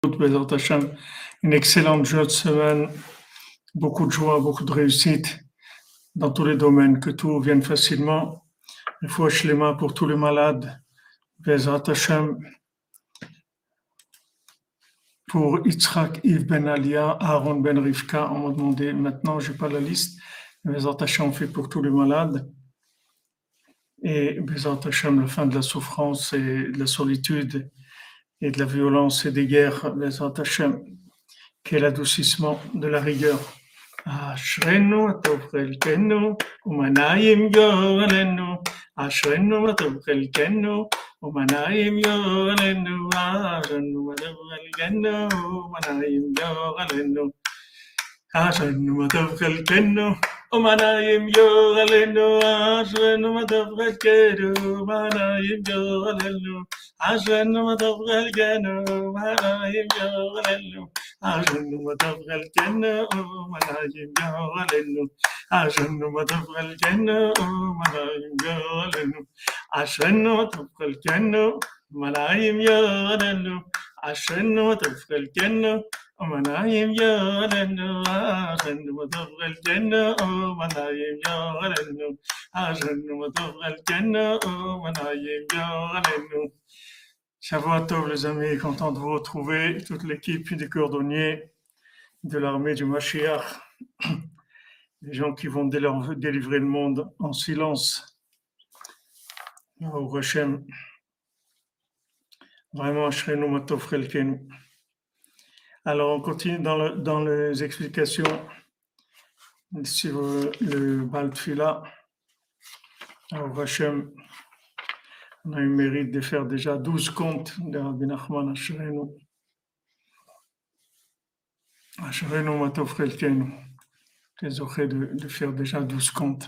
Bezrat Hashem, une excellente journée de semaine, beaucoup de joie, beaucoup de réussite dans tous les domaines, que tout vienne facilement. Il faut les mains pour tous les malades. Bezrat Hashem, pour Yitzhak, Yves Ben Alia, Aaron Ben Rivka, on m'a demandé, maintenant je n'ai pas la liste, Bezrat Hashem, on fait pour tous les malades. Et Bezrat Hashem, la fin de la souffrance et de la solitude et de la violence et des guerres, Bezrat Hashem, quel adoucissement de la rigueur. אשרנו הטוב חלקנו ומנעים גורלנו, אשרנו הטוב חלקנו ומנעים גורלנו, אשרנו הטוב חלקנו ומנעים גורלנו, אשרנו הטוב חלקנו ומנעים גורלנו, אשרנו הטוב חלקנו ומנעים גורלנו, אשרנו הטוב חלקנו ומנעים גורלנו, אשרנו הטוב חלקנו ומנעים גורלנו, אשרנו הטוב חלקנו ומנעים גורלנו, אשרנו הטוב חלקנו ומנעים גורלנו, אשרנו הטוב חלקנו ומנעים גורלנו, אשרנו הטוב חלקנו ומנעים גורלנו, אשרנו הטוב חלקנו ומנעים גורלנו. Shavua Tov les amis, content de vous retrouver, toute l'équipe des cordonniers de l'armée du Mashiach, des gens qui vont délivrer le monde en silence. Au Hashem, vraiment, Ashrenu Matov Chelkenu. Alors, on continue dans les explications sur le Baal Tfila. Au Hashem, on a eu le mérite de faire déjà 12 comptes de Rabbi Nachman Ashrenu. Ashrenu Matov Chelkenu. Les aurais de faire déjà 12 comptes.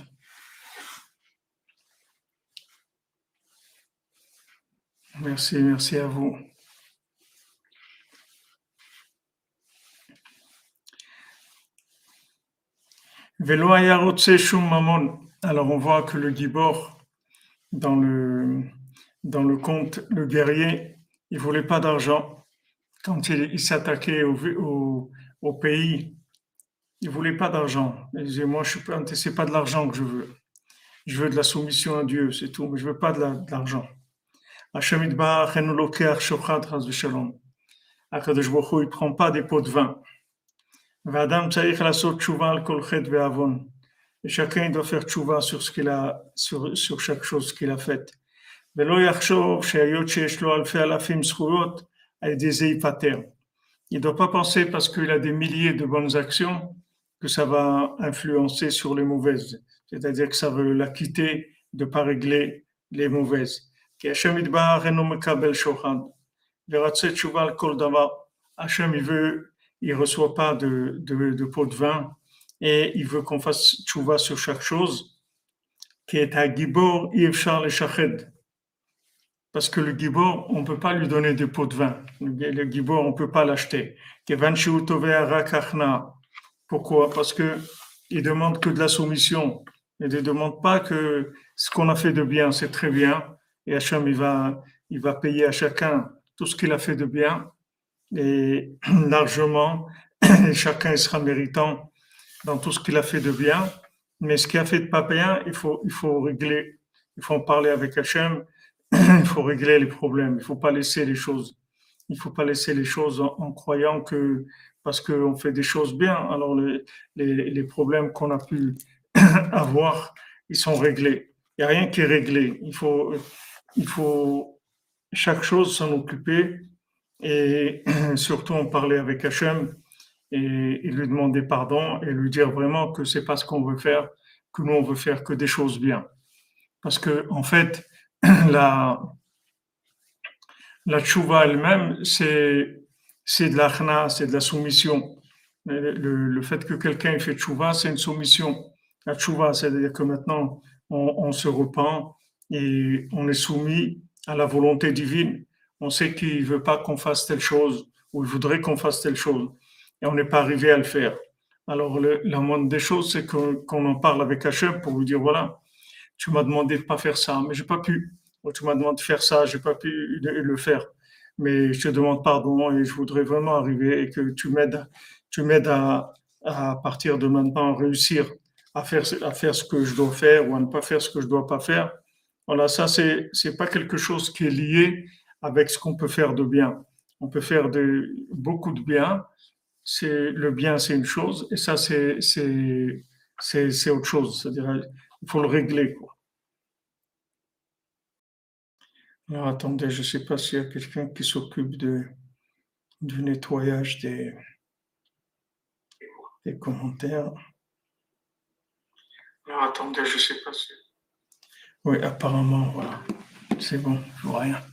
Merci à vous. Velo Ayarotse Shum Mamon. Alors on voit que le Gibor, dans le conte, le guerrier, il ne voulait pas d'argent. Quand il s'attaquait au pays, il ne voulait pas d'argent. Il disait, moi, c'est pas de l'argent que je veux. Je veux de la soumission à Dieu, c'est tout, mais je ne veux pas de l'argent. Hashem Yitbarach enu lokeach shochad chas v'shalom. Akadosh Baruch Hu, il ne prend pas des pots de vin. V'adam tzarich lasot tshuva al kol chet ve'avon. Et chacun doit faire tshuva sur ce qu'il a, sur chaque chose qu'il a faite. Velo yachshov she'ayot sheyesh lo alfei alafim zchuyot ayidei ze yipater. Il ne doit pas penser parce qu'il a des milliers de bonnes actions que ça va influencer sur les mauvaises. C'est-à-dire que ça veut la quitter de ne pas régler les mauvaises. Ki Hashem Yitbarach eno mekabel shochad. V'ratzeh tshuva al kol davar. Hashem, il ne reçoit pas de pot de vin et il veut qu'on fasse tshuva sur chaque chose. Qui est un gibor, yevchar le shached. Parce que le gibor, on ne peut pas lui donner des pots de vin. Le gibor, on ne peut pas l'acheter. Pourquoi? Parce qu'il demande que de la soumission. Il ne demande pas que ce qu'on a fait de bien, c'est très bien. Et Hachem, il va payer à chacun tout ce qu'il a fait de bien. Et largement, et chacun sera méritant dans tout ce qu'il a fait de bien. Mais ce qu'il a fait de pas bien, il faut régler. Il faut en parler avec Hachem. Il faut régler les problèmes. Il ne faut pas laisser les choses. Il faut pas laisser les choses en croyant que parce qu'on fait des choses bien, alors les problèmes qu'on a pu avoir, ils sont réglés. Il n'y a rien qui est réglé. Il faut chaque chose s'en occuper et surtout en parler avec Hachem et lui demander pardon et lui dire vraiment que c'est pas ce qu'on veut faire, que nous on veut faire que des choses bien. Parce que en fait, la tchouva elle-même, c'est de l'achna, c'est de la soumission. Le fait que quelqu'un fait tchouva, c'est une soumission. La tchouva, c'est-à-dire que maintenant, on se repent et on est soumis à la volonté divine. On sait qu'il ne veut pas qu'on fasse telle chose ou il voudrait qu'on fasse telle chose et on n'est pas arrivé à le faire. Alors, la moindre des choses, c'est qu'on en parle avec Hachem pour lui dire, voilà, tu m'as demandé de ne pas faire ça, mais j'ai pas pu. Tu m'as demandé de faire ça, j'ai pas pu le faire. mais je te demande pardon et je voudrais vraiment arriver et que tu m'aides à partir de maintenant réussir à faire ce que je dois faire ou à ne pas faire ce que je dois pas faire. Voilà, ça c'est pas quelque chose qui est lié avec ce qu'on peut faire de bien. On peut faire beaucoup de bien. C'est le bien, c'est une chose, et ça c'est autre chose. C'est-à-dire, il faut le régler, quoi. Alors attendez, je ne sais pas s'il y a quelqu'un qui s'occupe du nettoyage des commentaires. Alors attendez, je ne sais pas si. Oui, apparemment, voilà. C'est bon, je vois rien.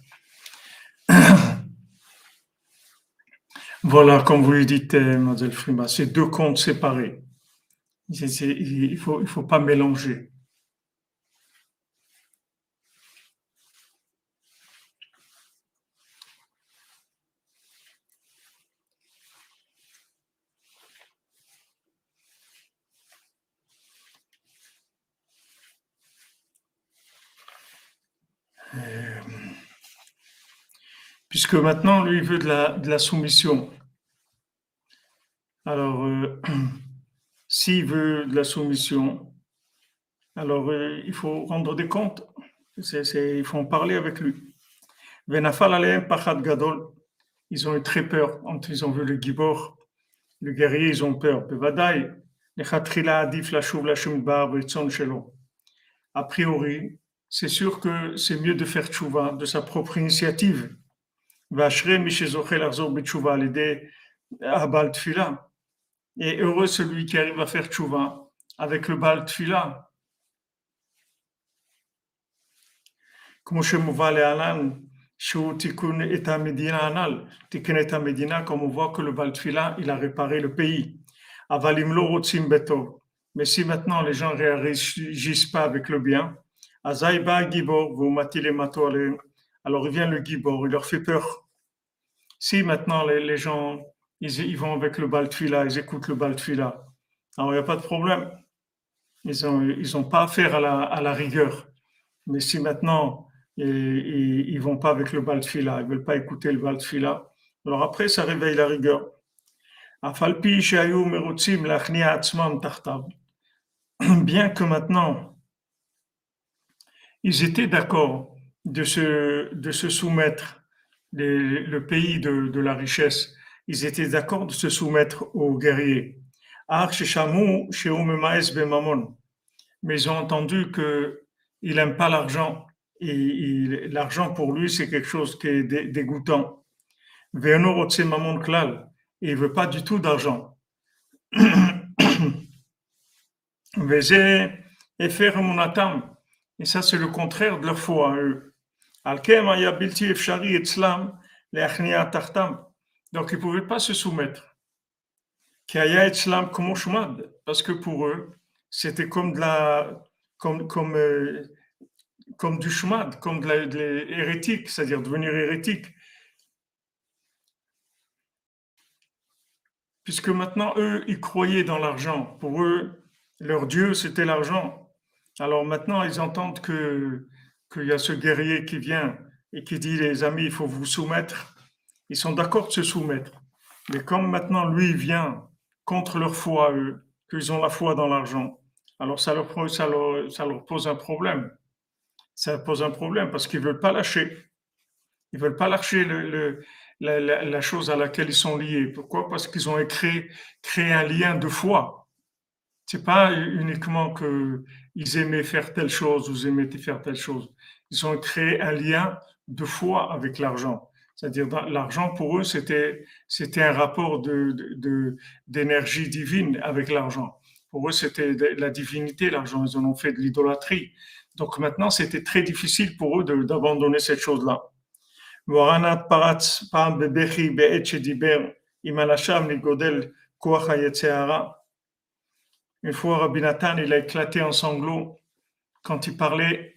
Voilà, comme vous le dites, Mademoiselle Frima, c'est deux comptes séparés. Il faut pas mélanger. Puisque maintenant, lui, il veut de la soumission. Alors, s'il veut de la soumission, alors il faut rendre des comptes. Il faut en parler avec lui. Venafal aleim pachad gadol. Ils ont eu très peur quand ils ont vu le gibor, le guerrier, ils ont peur. Bevadai, lechatchila adif lashuv lashum bar v'etzon shelo. A priori, c'est sûr que c'est mieux de faire tchouva de sa propre initiative. Vashre mishezoche lachzor betchouva l'idée abal tfila. Et heureux celui qui arrive à faire tchouva avec le bal tfila. Comme שמובא להלן, שהוא תיקון את המדינה הנ"ל, תיקן את המדינה, comme on voit que le Baal Tfila, il a réparé le pays. אבל אם לא רוצים בטוב, mais si maintenant les gens ne réagissent pas avec le bien, אזי בא הגיבור והוא מטיל אימתו עליהם, alors il vient le Gibor, il leur fait peur. Si maintenant les gens, ils vont avec le Baal Tfila, ils écoutent le Baal Tfila, alors il n'y a pas de problème. Ils ont pas affaire à la rigueur. Mais si maintenant, ils vont pas avec le Baal Tfila, ils veulent pas écouter le Baal Tfila, alors après, ça réveille la rigueur. Bien que maintenant, ils étaient d'accord de se soumettre, le pays de la richesse, ils étaient d'accord de se soumettre aux guerriers. Mais ils ont entendu qu'il n'aime pas l'argent. Et l'argent pour lui, c'est quelque chose qui est dégoûtant. Ve'eno rotse mamon klal. Et il ne veut pas du tout d'argent. Veze efer emunatam. Et ça, c'est le contraire de leur foi à eux. Alkem haya bilti efshari etzlam leachnia tachtam. Donc, ils ne pouvaient pas se soumettre. Ki haya etzlam komo shumad. Parce que pour eux, c'était comme comme du shmad, comme de l'hérétique, c'est-à-dire devenir hérétique. Puisque maintenant, eux, ils croyaient dans l'argent. Pour eux, leur Dieu, c'était l'argent. Alors maintenant, ils entendent qu'il y a ce guerrier qui vient et qui dit, les amis, il faut vous soumettre. Ils sont d'accord de se soumettre. Mais comme maintenant, lui, il vient contre leur foi, eux, qu'ils ont la foi dans l'argent, alors ça leur pose un problème. Ça pose un problème parce qu'ils ne veulent pas lâcher. Ils ne veulent pas lâcher la chose à laquelle ils sont liés. Pourquoi? Parce qu'ils ont créé un lien de foi. Ce n'est pas uniquement qu'ils aimaient faire telle chose ou ils aimaient faire telle chose. Ils ont créé un lien de foi avec l'argent. C'est-à-dire, l'argent pour eux, c'était un rapport d'énergie divine avec l'argent. Pour eux, c'était la divinité, l'argent. Ils en ont fait de l'idolâtrie. Donc maintenant, c'était très difficile pour eux d'abandonner cette chose-là. Une fois, Rabbi Nathan, il a éclaté en sanglots quand il parlait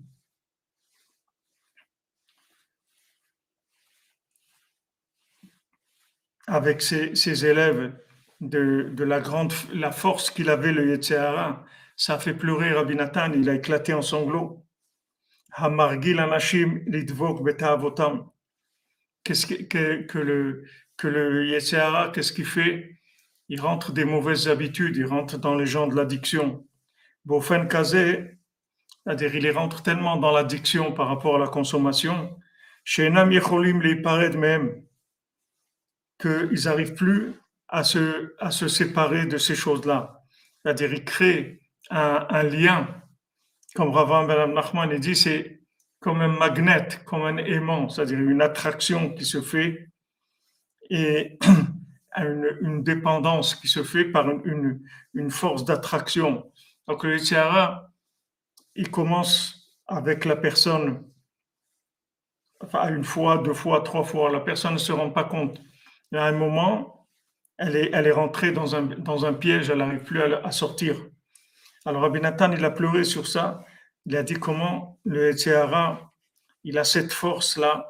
avec ses élèves de la force qu'il avait, le Yetzirah. Ça a fait pleurer Rabbi Nathan, il a éclaté en sanglots. Hamargil anashim lidvok betavotam. que le Yetzer Hara, qu'est-ce qu'il fait? Il rentre des mauvaises habitudes, il rentre dans les gens de l'addiction. Bofen Kazé, c'est-à-dire il rentre tellement dans l'addiction par rapport à la consommation, chez Nam Yecholim les pared même, qu'ils n'arrivent plus à se séparer de ces choses-là. C'est-à-dire ils créent un lien, comme Rav Ben Nachman dit, c'est comme un magnet, comme un aimant, c'est-à-dire une attraction qui se fait et une dépendance qui se fait par une force d'attraction. Donc le Yitzhara, il commence avec la personne, enfin une fois, deux fois, trois fois, la personne ne se rend pas compte. Et à un moment, elle est rentrée dans un piège, elle n'arrive plus à sortir. Alors Rabbi Nathan, il a pleuré sur ça, il a dit comment le Yitzhara, il a cette force-là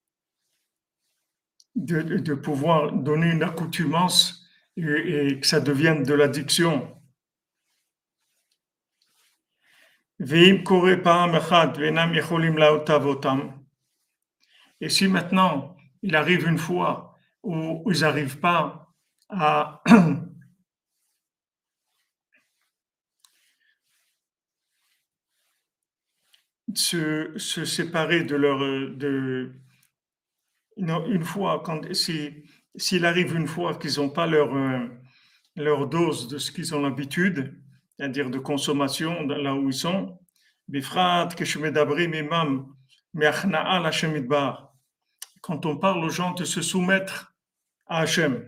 de pouvoir donner une accoutumance et que ça devienne de l'addiction. Et si maintenant il arrive une fois où ils n'arrivent pas à se séparer de leur une fois s'il arrive une fois qu'ils n'ont pas leur dose de ce qu'ils ont l'habitude, c'est-à-dire de consommation là où ils sont, quand on parle aux gens de se soumettre à Hachem,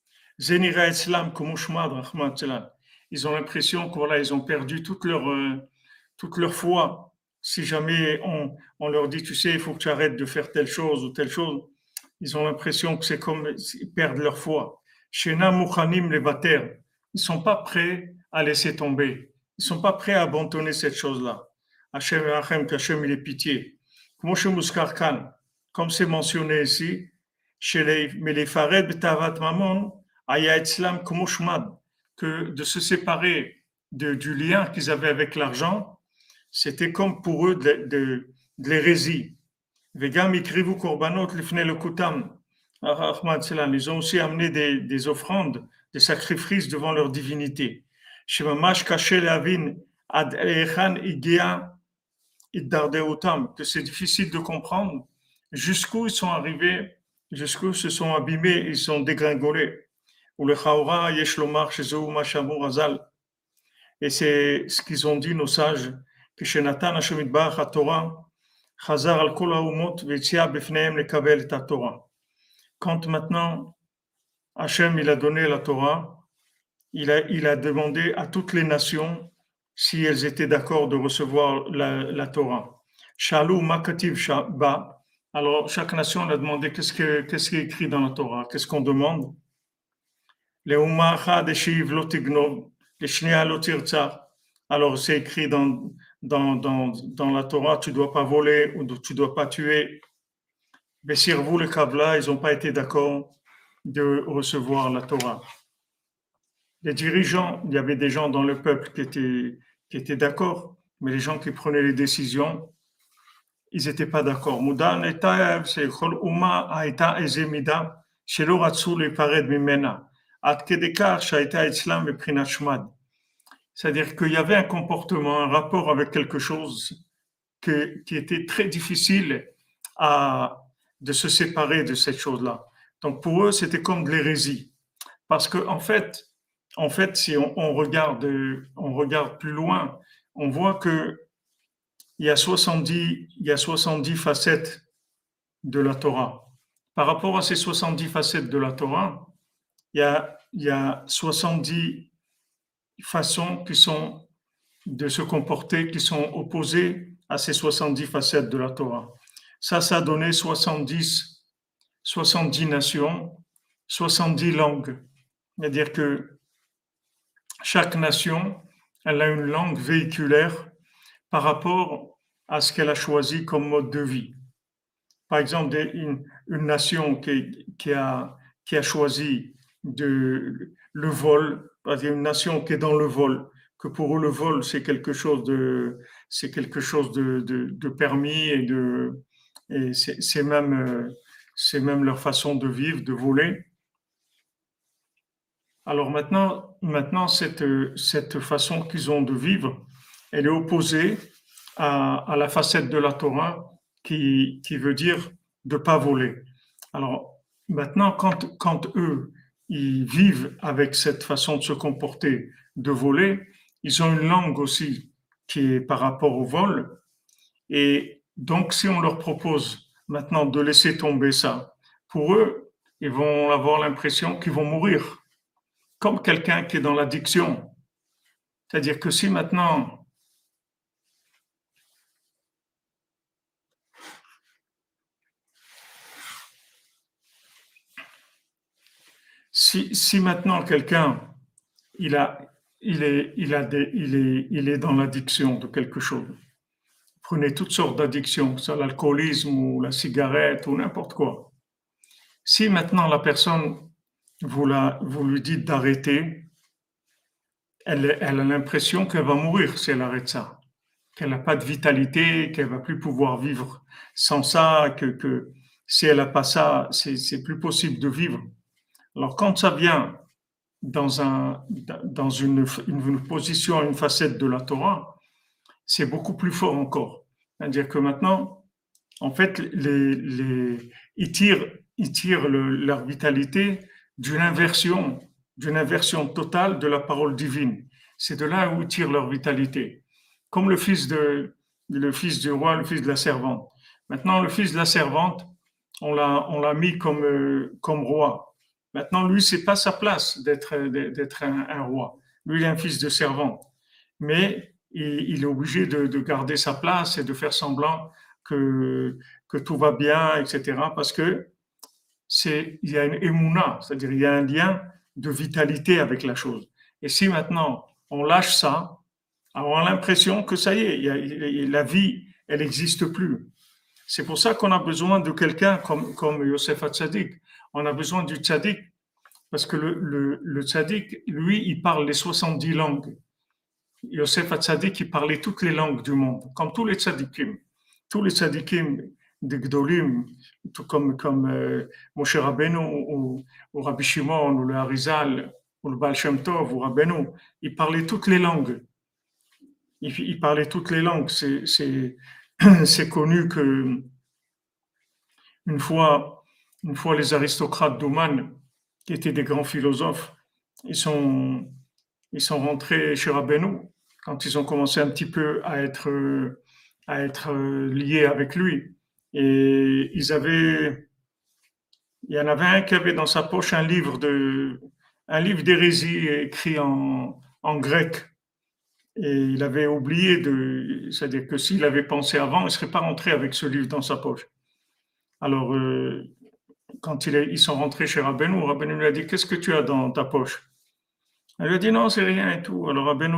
ils ont l'impression que voilà, ils ont perdu toute leur foi. Si jamais on leur dit, tu sais, il faut que tu arrêtes de faire telle chose ou telle chose, ils ont l'impression que c'est comme ils perdent leur foi. Shena Mouchanim les Bater, ils ne sont pas prêts à laisser tomber. Ils ne sont pas prêts à abandonner cette chose-là. Hachem Hachem, qu'Hachem il est pitié. Comme c'est mentionné ici, chez les Fared Betavat Mamon, Aya Etzlam Kumoshmad, que de se séparer du lien qu'ils avaient avec l'argent, c'était comme pour eux de l'hérésie. Vegam ikrivu korbanot lifnei lokutam. Ils ont aussi amené des offrandes, des sacrifices devant leur divinité. Shemamash kaché leavin ad echan igia iddardeutam, que c'est difficile de comprendre jusqu'où ils sont arrivés, jusqu'où ils se sont abîmés, ils sont dégringolés. Ou le chaora yesh lomar shezeu mashamur azal. Et c'est ce qu'ils ont dit nos sages, que chez Nathan Hashem Yitbarach HaTorah, Chazar al kol haumot v'etzia b'fneim lekabel et Torah. Quand maintenant Hashem il a donné la Torah, il a demandé à toutes les nations si elles étaient d'accord de recevoir la Torah. Shalou makativ ba. Alors chaque nation a demandé qu'est-ce qui est écrit dans la Torah, qu'est-ce qu'on demande. Leuma achad eshiv lo tignov, leshnia lo tirtzah. Alors c'est écrit dans la Torah, tu ne dois pas voler ou tu ne dois pas tuer. Bessirvou le Kavla, ils n'ont pas été d'accord de recevoir la Torah. Les dirigeants, il y avait des gens dans le peuple qui étaient d'accord, mais les gens qui prenaient les décisions, ils n'étaient pas d'accord. Moudan etaev, c'est Chol Uma Aïta Ezemida, Shelo Ratsu le Pared Mimena, Ad Kedekar Shaita Etzlam et Prinashmad. C'est-à-dire qu'il y avait un comportement, un rapport avec quelque chose qui était très difficile de se séparer de cette chose-là. Donc pour eux, c'était comme de l'hérésie. Parce qu'en fait, si on regarde plus loin, on voit qu'il y a 70 facettes de la Torah. Par rapport à ces 70 facettes de la Torah, il y a 70 façons qui sont de se comporter, qui sont opposées à ces 70 facettes de la Torah. Ça a donné 70 nations, 70 langues. C'est-à-dire que chaque nation, elle a une langue véhiculaire par rapport à ce qu'elle a choisi comme mode de vie. Par exemple, une nation qui a choisi le vol, une nation qui est dans le vol, que pour eux le vol c'est quelque chose de permis et c'est même c'est même leur façon de vivre, de voler. Alors maintenant cette façon qu'ils ont de vivre, elle est opposée à la facette de la Torah qui veut dire de ne pas voler. Alors maintenant, quand eux, ils vivent avec cette façon de se comporter, de voler, ils ont une langue aussi qui est par rapport au vol. Et donc, si on leur propose maintenant de laisser tomber ça, pour eux, ils vont avoir l'impression qu'ils vont mourir, comme quelqu'un qui est dans l'addiction. C'est-à-dire que si maintenant, si maintenant quelqu'un, il a, il est dans l'addiction de quelque chose, prenez toutes sortes d'addictions, que ce soit l'alcoolisme ou la cigarette ou n'importe quoi. Si maintenant la personne, vous lui dites d'arrêter, elle a l'impression qu'elle va mourir si elle arrête ça, qu'elle n'a pas de vitalité, qu'elle va plus pouvoir vivre sans ça, que si elle n'a pas ça, c'est plus possible de vivre. Alors quand ça vient dans une position, une facette de la Torah, c'est beaucoup plus fort encore. C'est-à-dire que maintenant, en fait, ils tirent leur vitalité d'une inversion totale de la parole divine. C'est de là où ils tirent leur vitalité. Comme le fils du roi, le fils de la servante. Maintenant, le fils de la servante, on l'a mis comme roi. Maintenant, lui, c'est pas sa place d'être un roi. Lui, il est un fils de servante. Mais il est obligé de garder sa place et de faire semblant que tout va bien, etc. Parce que il y a une émouna, c'est-à-dire il y a un lien de vitalité avec la chose. Et si maintenant on lâche ça, on a l'impression que ça y est, la vie, elle n'existe plus. C'est pour ça qu'on a besoin de quelqu'un comme Yosef Hatzadik. On a besoin du tzaddik, parce que le tzaddik, lui, il parle les 70 langues. Yosef Hatzadik, il parlait toutes les langues du monde, comme tous les tzadikim. Tous les tzadikim de Gdolim, tout comme Moshe Rabbeinu ou Rabbi Shimon ou le Harizal ou le Baal Shem Tov ou Rabbeinu, ils parlaient toutes les langues. Ils parlaient toutes les langues. C'est connu que une fois, les aristocrates d'Ouman, qui étaient des grands philosophes, ils sont rentrés chez Rabbeinu quand ils ont commencé un petit peu à être liés avec lui. Et il y en avait un qui avait dans sa poche un livre d'hérésie écrit en grec. Et il avait oublié c'est-à-dire que s'il avait pensé avant, il ne serait pas rentré avec ce livre dans sa poche. Alors, quand ils sont rentrés chez Rabbeinu, Rabbeinu lui a dit, qu'est-ce que tu as dans ta poche? Elle lui a dit, non, c'est rien et tout. Alors Rabbeinu,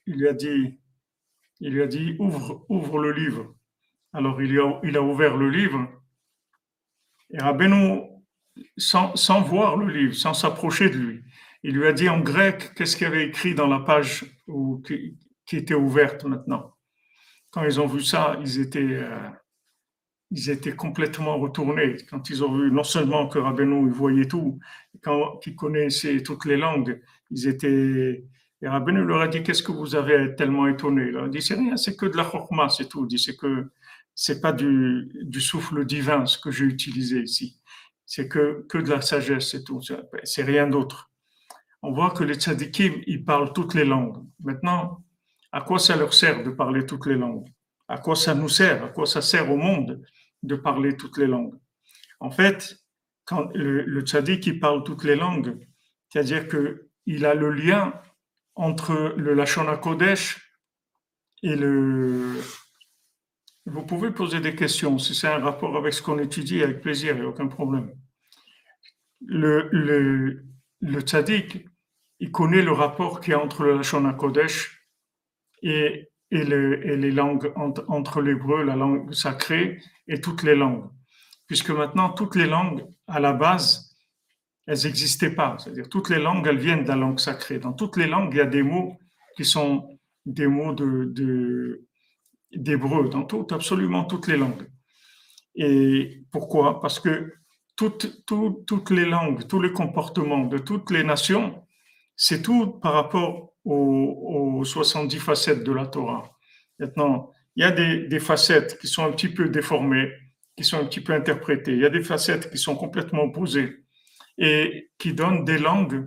il lui a dit, ouvre le livre. Alors il a ouvert le livre et Rabbeinu, sans voir le livre, sans s'approcher de lui, il lui a dit en grec qu'est-ce qu'il y avait écrit dans la page qui était ouverte maintenant. Quand ils ont vu ça, ils étaient complètement retournés. Quand ils ont vu non seulement que Rabbeinu il voyait tout, qu'il connaissait toutes les langues, ils étaient. Et Rabbeinu leur a dit, qu'est-ce que vous avez tellement étonné? Il a dit, c'est rien, c'est que de la chokma, c'est tout. Il dit, c'est pas du souffle divin ce que j'ai utilisé ici. C'est que de la sagesse, c'est tout. C'est rien d'autre. On voit que les tzadikim, ils parlent toutes les langues. Maintenant, à quoi ça leur sert de parler toutes les langues? À quoi ça nous sert? À quoi ça sert au monde de parler toutes les langues? En fait, quand le tzaddik il parle toutes les langues, c'est-à-dire qu'il a le lien entre le Lashon HaKodesh et le. Vous pouvez poser des questions. Si c'est un rapport avec ce qu'on étudie, avec plaisir, il n'y a aucun problème. Le tzaddik, il connaît le rapport qu'il y a entre le Lashon HaKodesh et les langues, entre l'hébreu, la langue sacrée, et toutes les langues. Puisque maintenant, toutes les langues, à la base, elles n'existaient pas. C'est-à-dire, toutes les langues, elles viennent de la langue sacrée. Dans toutes les langues, il y a des mots qui sont des mots d'hébreu, dans absolument toutes les langues. Et pourquoi? Parce que toutes les langues, tous les comportements de toutes les nations, c'est tout par rapport aux 70 facettes de la Torah. Maintenant, il y a des facettes qui sont un petit peu déformées, qui sont un petit peu interprétées. Il y a des facettes qui sont complètement opposées et qui donnent des langues.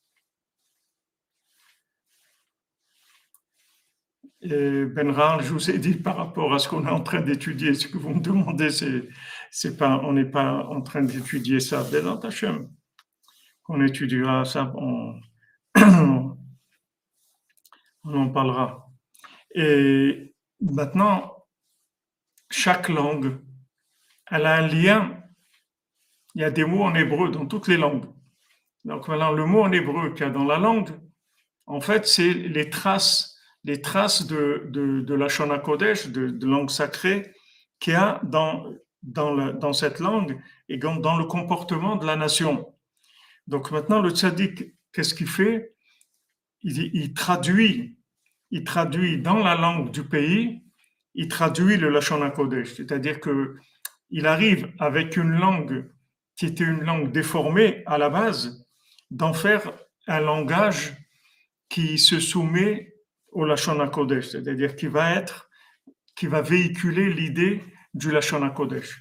Et Benra, je vous ai dit par rapport à ce qu'on est en train d'étudier, ce que vous me demandez, c'est pas, on n'est pas en train d'étudier ça. Bézat Hachem, on étudiera ça, on en parlera. Et maintenant, chaque langue, elle a un lien. Il y a des mots en hébreu dans toutes les langues. Donc maintenant, le mot en hébreu qu'il y a dans la langue, en fait, c'est les traces de la Shona Kodesh, de langue sacrée, qu'il y a dans cette langue et dans le comportement de la nation. Donc maintenant, le tzaddik, qu'est-ce qu'il fait? Il traduit dans la langue du pays, il traduit le Lashon HaKodesh, c'est-à-dire que il arrive avec une langue qui était une langue déformée à la base, d'en faire un langage qui se soumet au Lashon HaKodesh, c'est-à-dire qui va véhiculer l'idée du Lashon HaKodesh.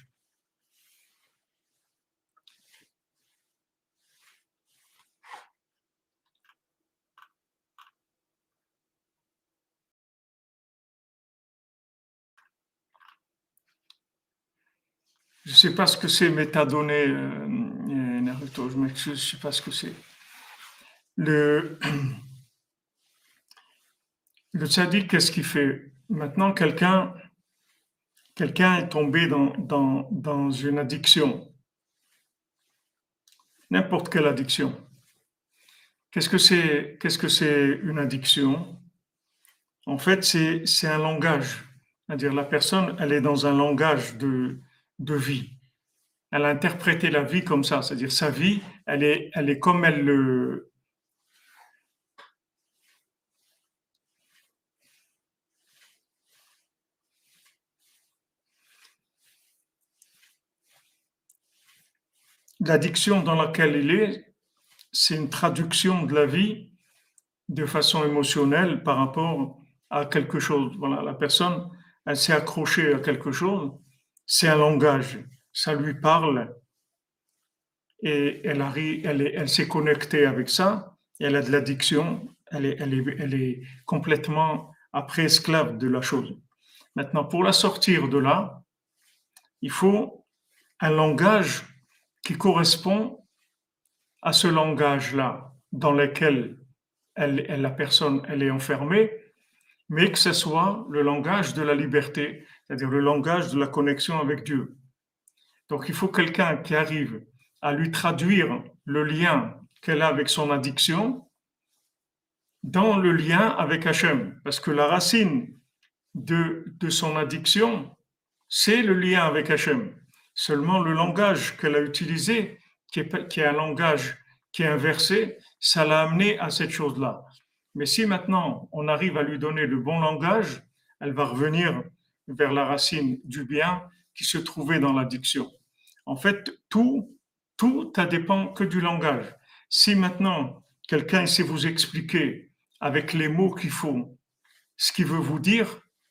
Je ne sais pas ce que c'est métadonnées, Naruto, je m'excuse, je ne sais pas ce que c'est. Le, le tzaddik, qu'est-ce qu'il fait? Maintenant, quelqu'un est tombé dans une addiction, n'importe quelle addiction. Qu'est-ce que c'est une addiction? En fait, c'est un langage. C'est-à-dire la personne, elle est dans un langage de vie. Elle a interprété la vie comme ça. C'est-à-dire sa vie, elle est comme elle le... L'addiction dans laquelle il est, c'est une traduction de la vie de façon émotionnelle par rapport à quelque chose. Voilà, la personne, elle s'est accrochée à quelque chose, c'est un langage, ça lui parle et elle s'est connectée avec ça, et elle a de l'addiction, elle est complètement après esclave de la chose. Maintenant, pour la sortir de là, il faut un langage qui correspond à ce langage-là dans lequel la personne elle est enfermée, mais que ce soit le langage de la liberté, c'est-à-dire le langage de la connexion avec Dieu. Donc il faut quelqu'un qui arrive à lui traduire le lien qu'elle a avec son addiction dans le lien avec Hachem, parce que la racine de son addiction, c'est le lien avec Hachem. Seulement le langage qu'elle a utilisé, qui est un langage qui est inversé, ça l'a amené à cette chose-là. Mais si maintenant on arrive à lui donner le bon langage, elle va revenir vers la racine du bien qui se trouvait dans l'addiction. En fait, ça dépend que du langage. Si maintenant quelqu'un sait vous expliquer avec les mots qu'il faut ce qu'il veut vous dire,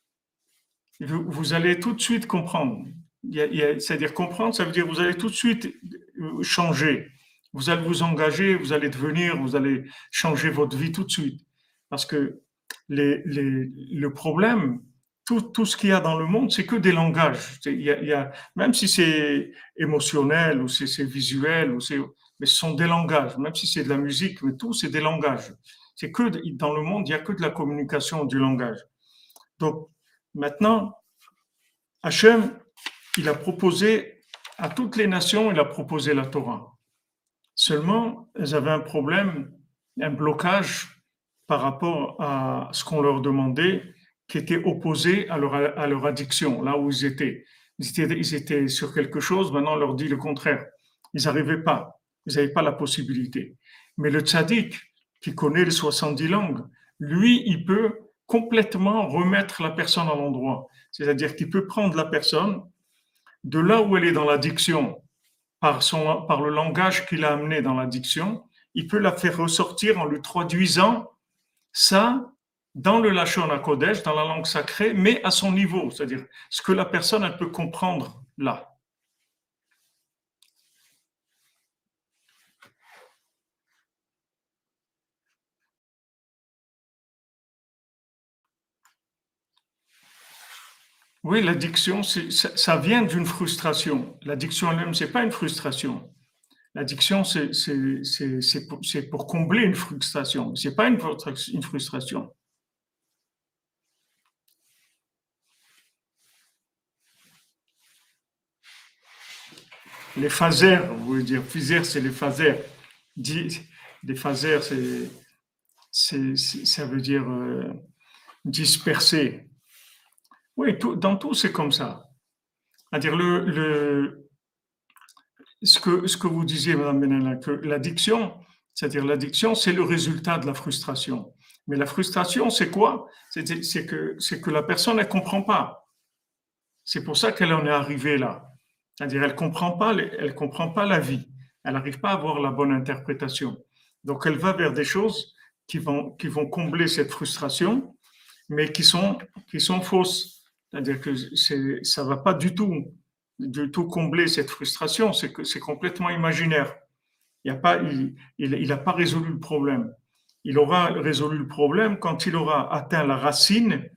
vous allez tout de suite comprendre. C'est-à-dire comprendre, ça veut dire vous allez tout de suite changer. Vous allez vous engager, vous allez devenir, vous allez changer votre vie tout de suite. Parce que le problème, tout ce qu'il y a dans le monde, c'est que des langages. Même si c'est émotionnel ou c'est visuel, mais ce sont des langages. Même si c'est de la musique, mais tout, c'est des langages. C'est que dans le monde, il n'y a que de la communication du langage. Donc, maintenant, Hachem, il a proposé à toutes les nations, il a proposé la Torah. Seulement, elles avaient un problème, un blocage par rapport à ce qu'on leur demandait, qui était opposé à leur addiction, là où ils étaient. Ils étaient sur quelque chose, maintenant on leur dit le contraire. Ils n'arrivaient pas, ils n'avaient pas la possibilité. Mais le tzaddik, qui connaît les 70 langues, lui, il peut complètement remettre la personne à l'endroit. C'est-à-dire qu'il peut prendre la personne de là où elle est dans l'addiction par le langage qu'il a amené dans l'addiction, il peut la faire ressortir en lui traduisant ça dans le Lachon HaKodesh, dans la langue sacrée, mais à son niveau, c'est-à-dire ce que la personne elle peut comprendre là. Oui, l'addiction, ça vient d'une frustration. L'addiction elle-même, c'est pas une frustration. L'addiction, c'est pour combler une frustration. C'est pas une frustration. Les phasères, vous voulez dire, phasères, c'est les phasères. Les phasères, ça veut dire disperser. Oui, dans tout, c'est comme ça. C'est-à-dire, ce que vous disiez, Madame Benalla, que l'addiction, c'est-à-dire l'addiction, c'est le résultat de la frustration. Mais la frustration, c'est quoi? C'est que la personne, elle ne comprend pas. C'est pour ça qu'elle en est arrivée là. C'est-à-dire, elle comprend pas la vie. Elle n'arrive pas à avoir la bonne interprétation. Donc, elle va vers des choses qui vont combler cette frustration, mais qui sont fausses. C'est-à-dire que ça va pas du tout combler cette frustration. C'est complètement imaginaire. Il a pas résolu le problème. Il aura résolu le problème quand il aura atteint la racine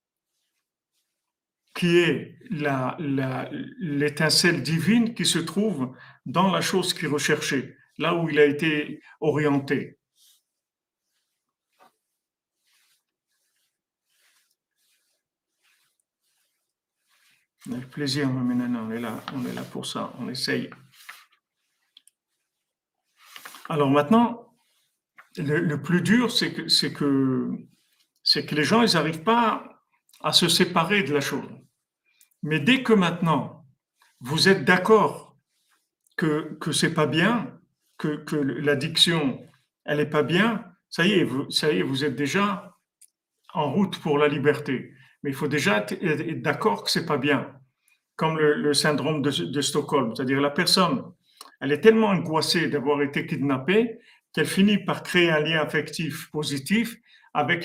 qui est l'étincelle divine qui se trouve dans la chose qu'il recherchait, là où il a été orienté. Avec plaisir, maintenant, on est là pour ça, on essaye. Alors maintenant, le plus dur, c'est que les gens, ils n'arrivent pas à se séparer de la chose. Mais dès que maintenant, vous êtes d'accord que c'est pas bien, que l'addiction, elle est pas bien, ça y est, vous êtes déjà en route pour la liberté. Mais il faut déjà être d'accord que c'est pas bien. Comme le syndrome de Stockholm, c'est-à-dire la personne, elle est tellement angoissée d'avoir été kidnappée qu'elle finit par créer un lien affectif positif avec,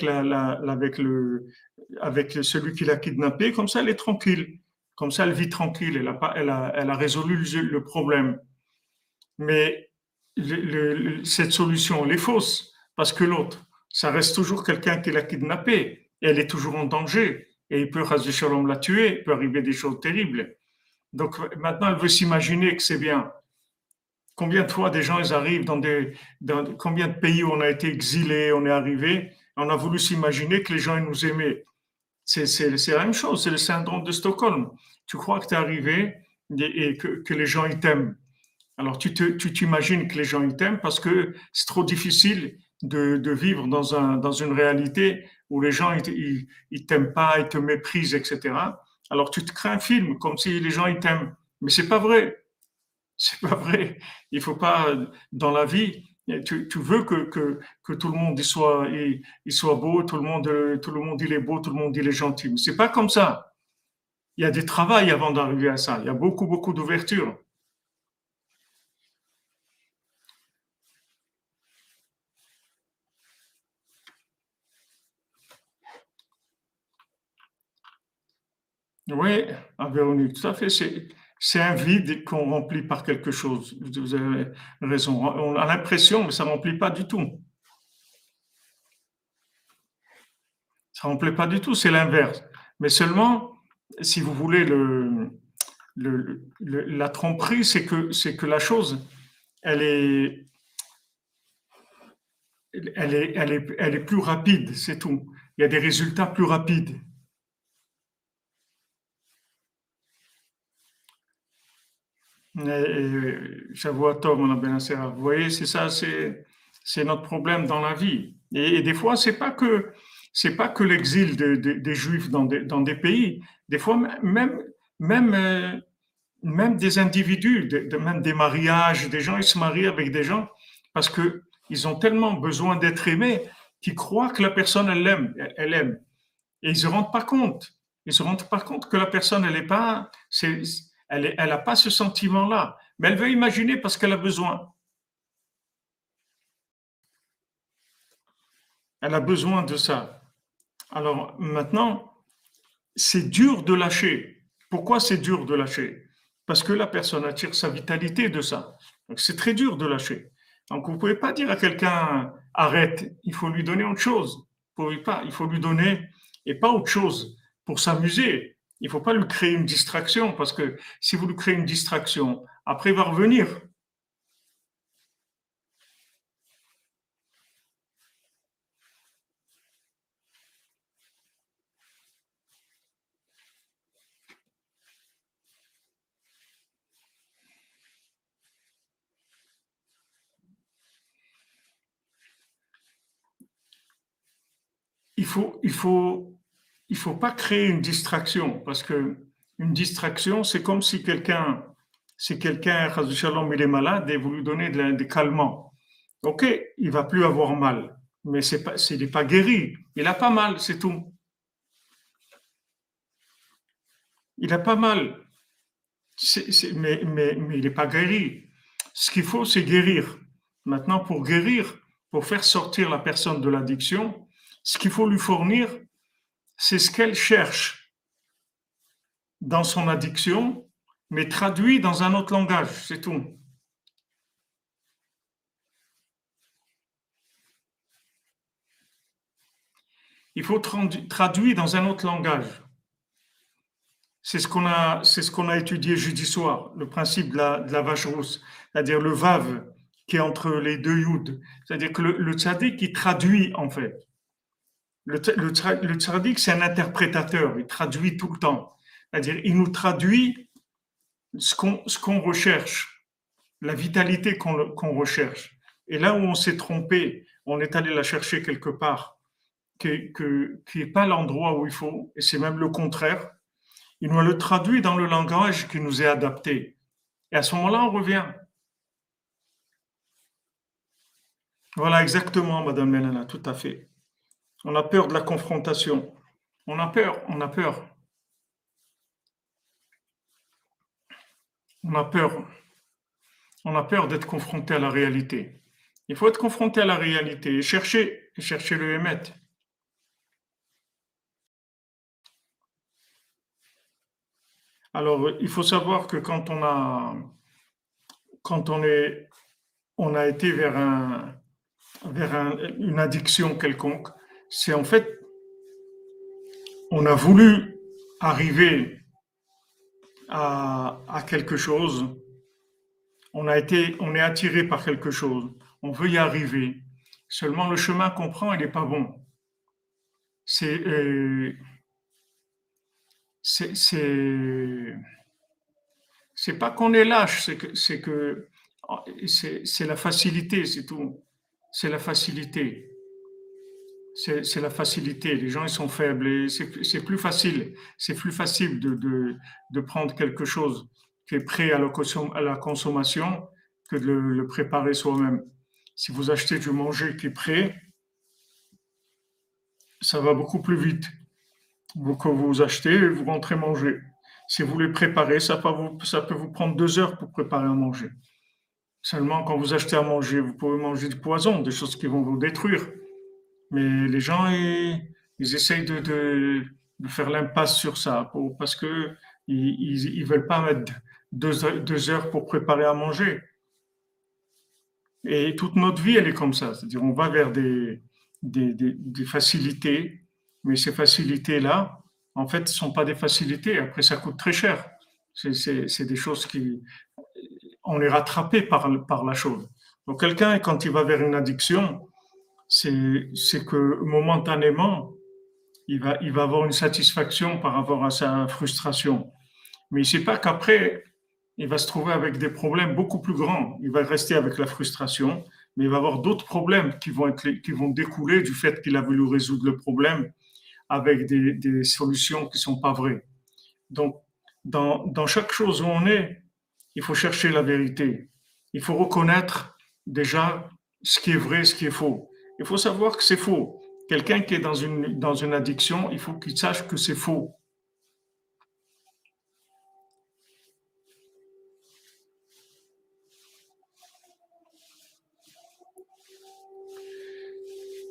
avec celui qui l'a kidnappée. Comme ça, elle est tranquille. Comme ça, elle vit tranquille. Elle a résolu le problème. Mais cette solution, elle est fausse, parce que l'autre, ça reste toujours quelqu'un qui l'a kidnappé, et elle est toujours en danger, et il peut, Chas Shalom, la tuer, il peut arriver des choses terribles. Donc maintenant, elle veut s'imaginer que c'est bien. Combien de fois des gens ils arrivent dans combien de pays où on a été exilés, on est arrivé, on a voulu s'imaginer que les gens ils nous aimaient. C'est la même chose, c'est le syndrome de Stockholm. Tu crois que tu es arrivé et que les gens ils t'aiment. Alors, tu t'imagines que les gens ils t'aiment parce que c'est trop difficile de vivre dans une réalité où les gens ils t'aiment pas, ils te méprisent, etc. Alors, tu te crées un film comme si les gens ils t'aiment. Mais c'est pas vrai. C'est pas vrai. Il faut pas, dans la vie, tu veux que tout le monde il soit beau, tout le monde il est beau, tout le monde il est gentil. Mais c'est pas comme ça. Il y a des travails avant d'arriver à ça. Il y a beaucoup, beaucoup d'ouverture. Oui, à Véronique, tout à fait. C'est un vide qu'on remplit par quelque chose. Vous avez raison. On a l'impression, mais ça ne remplit pas du tout. Ça ne remplit pas du tout, c'est l'inverse. Mais seulement, si vous voulez, la tromperie, c'est que la chose, elle est, elle est plus rapide, c'est tout. Il y a des résultats plus rapides. J'avoue à toi, mon Abel Nasser. Vous voyez, c'est ça, c'est notre problème dans la vie. Et des fois, c'est pas que l'exil des Juifs dans des pays. Des fois, même, même des individus, même des mariages, des gens, ils se marient avec des gens parce que ils ont tellement besoin d'être aimés qu'ils croient que la personne, elle l'aime, elle aime. Et ils se rendent pas compte. Ils se rendent pas compte que la personne, elle est pas, elle a pas ce sentiment-là. Mais elle veut imaginer parce qu'elle a besoin. Elle a besoin de ça. Alors maintenant, c'est dur de lâcher. Pourquoi c'est dur de lâcher? Parce que la personne attire sa vitalité de ça. Donc c'est très dur de lâcher. Donc vous ne pouvez pas dire à quelqu'un arrête, il faut lui donner autre chose. Vous pouvez pas, il faut lui donner et pas autre chose pour s'amuser. Il ne faut pas lui créer une distraction parce que si vous lui créez une distraction, après il va revenir. Il faut pas créer une distraction parce que une distraction, c'est comme si quelqu'un, Chas Shalom, il est malade et vous lui donnez des calmants. Ok, il va plus avoir mal, mais il n'est pas guéri. Il a pas mal, c'est tout. Il a pas mal, mais il n'est pas guéri. Ce qu'il faut, c'est guérir. Maintenant, pour guérir, pour faire sortir la personne de l'addiction, ce qu'il faut lui fournir, c'est ce qu'elle cherche dans son addiction, mais traduit dans un autre langage, c'est tout. Il faut traduire dans un autre langage. C'est ce qu'on a étudié jeudi soir, le principe de la vache rousse, c'est-à-dire le vav qui est entre les deux yud. C'est-à-dire que le tzaddik, il traduit en fait. Le tzaddik, c'est un interprétateur, il traduit tout le temps. C'est-à-dire, il nous traduit ce qu'on recherche, la vitalité qu'on recherche. Et là où on s'est trompé, on est allé la chercher quelque part, qui n'est pas l'endroit où il faut, et c'est même le contraire. Il nous le traduit dans le langage qui nous est adapté. Et à ce moment-là, on revient. Voilà exactement, Madame Menana, tout à fait. On a peur de la confrontation. On a peur, on a peur, on a peur. On a peur d'être confronté à la réalité. Il faut être confronté à la réalité et chercher le émet. Alors, il faut savoir que quand on a été vers une addiction quelconque, c'est en fait, on a voulu arriver à quelque chose, on est attiré par quelque chose, on veut y arriver. Seulement le chemin qu'on prend, il n'est pas bon. C'est, c'est c'est pas qu'on est lâche, c'est la facilité, c'est tout. C'est la facilité. C'est la facilité. Les gens, ils sont faibles et c'est plus facile. C'est plus facile de prendre quelque chose qui est prêt à la consommation que de le préparer soi-même. Si vous achetez du manger qui est prêt, ça va beaucoup plus vite. Quand vous achetez, vous rentrez manger. Si vous les préparez, ça peut vous prendre 2 heures pour préparer à manger. Seulement, quand vous achetez à manger, vous pouvez manger du poison, des choses qui vont vous détruire. Mais les gens, ils essayent de faire l'impasse sur ça parce que ils veulent pas mettre 2 heures pour préparer à manger. Et toute notre vie, elle est comme ça. C'est-à-dire, on va vers des facilités, mais ces facilités-là, en fait, ne sont pas des facilités. Après, ça coûte très cher. C'est des choses on est rattrapé par la chose. Donc, quelqu'un, quand il va vers une addiction, c'est que momentanément, il va avoir une satisfaction par rapport à sa frustration. Mais il ne sait pas qu'après, il va se trouver avec des problèmes beaucoup plus grands. Il va rester avec la frustration, mais il va avoir d'autres problèmes qui vont découler du fait qu'il a voulu résoudre le problème avec des solutions qui ne sont pas vraies. Donc, dans chaque chose où on est, il faut chercher la vérité. Il faut reconnaître déjà ce qui est vrai, ce qui est faux. Il faut savoir que c'est faux. Quelqu'un qui est dans une addiction, il faut qu'il sache que c'est faux.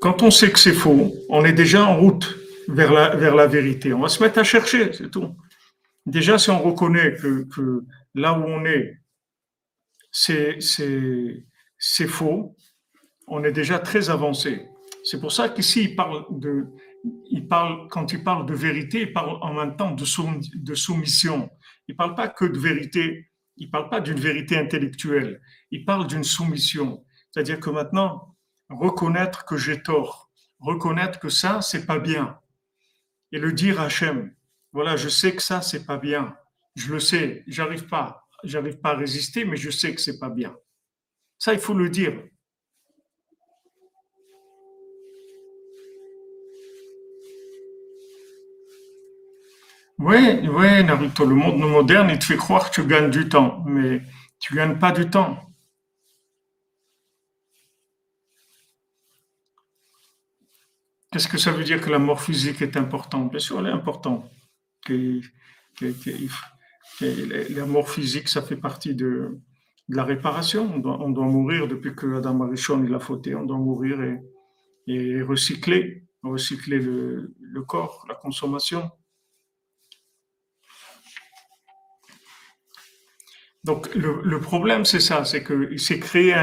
Quand on sait que c'est faux, on est déjà en route vers la vérité. On va se mettre à chercher, c'est tout. Déjà, si on reconnaît que là où on est, c'est, c'est, c'est faux, on est déjà très avancé. C'est pour ça qu'ici, quand il parle de vérité, il parle en même temps de soumission. Il ne parle pas que de vérité, il ne parle pas d'une vérité intellectuelle, il parle d'une soumission. C'est-à-dire que maintenant, reconnaître que j'ai tort, reconnaître que ça, c'est pas bien, et le dire à Hachem. Voilà, je sais que ça, c'est pas bien. Je le sais, j'arrive pas à résister, mais je sais que c'est pas bien. Ça, il faut le dire. Oui, oui, Naruto, le monde moderne, il te fait croire que tu gagnes du temps, mais tu gagnes pas du temps. Qu'est-ce que ça veut dire que la mort physique est importante? Bien sûr, elle est importante. Que, que la mort physique, ça fait partie de la réparation. On doit mourir depuis que Adam Arishon il a fauté. On doit mourir et recycler le corps, la consommation. Donc le problème, c'est ça, c'est qu'il s'est créé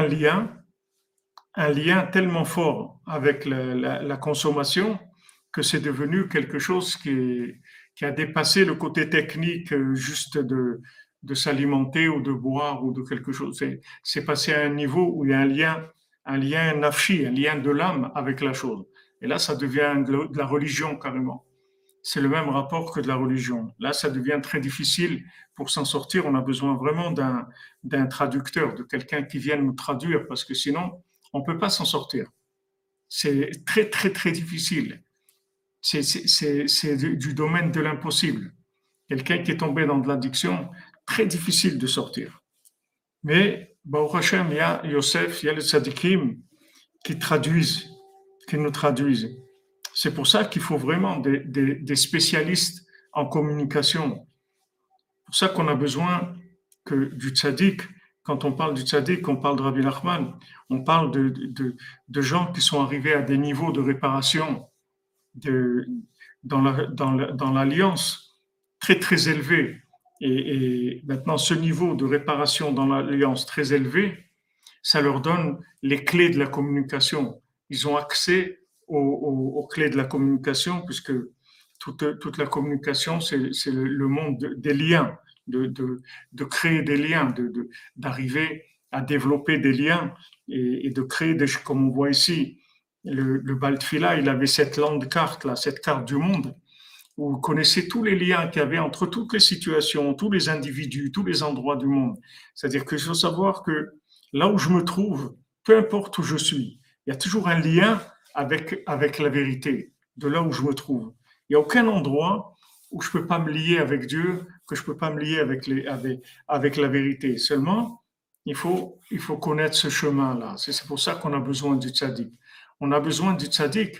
un lien tellement fort avec la consommation que c'est devenu quelque chose qui a dépassé le côté technique juste de s'alimenter ou de boire ou de quelque chose. C'est passé à un niveau où il y a un lien nafshi, un lien de l'âme avec la chose. Et là, ça devient de la religion carrément. C'est le même rapport que de la religion. Là, ça devient très difficile. Pour s'en sortir, on a besoin vraiment d'un traducteur, de quelqu'un qui vienne nous traduire, parce que sinon, on ne peut pas s'en sortir. C'est très, très, très difficile. C'est du domaine de l'impossible. Quelqu'un qui est tombé dans de l'addiction, très difficile de sortir. Mais, Baruch Hashem, il y a Yosef, il y a les tzadikim qui traduisent, qui nous traduisent. C'est pour ça qu'il faut vraiment des spécialistes en communication. C'est pour ça qu'on a besoin du tzaddik. Quand on parle du tzaddik, on parle de Rabbi Nachman, on parle de gens qui sont arrivés à des niveaux de réparation de, dans l'alliance très très élevés. Et maintenant, ce niveau de réparation dans l'alliance très élevé, ça leur donne les clés de la communication. Ils ont accès aux clés de la communication, puisque toute la communication, c'est le monde des liens, de créer des liens, d'arriver à développer des liens et de créer des, comme on voit ici, le Baltfila, il avait cette lande carte là, cette carte du monde où vous connaissez tous les liens qu'il y avait entre toutes les situations, tous les individus, tous les endroits du monde. C'est-à-dire qu'il faut savoir que là où je me trouve, peu importe où je suis, il y a toujours un lien avec la vérité de là où je me trouve. Il n'y a aucun endroit où je ne peux pas me lier avec Dieu, que je ne peux pas me lier avec la vérité. Seulement, il faut connaître ce chemin-là. C'est pour ça qu'on a besoin du tzaddik. On a besoin du tzaddik.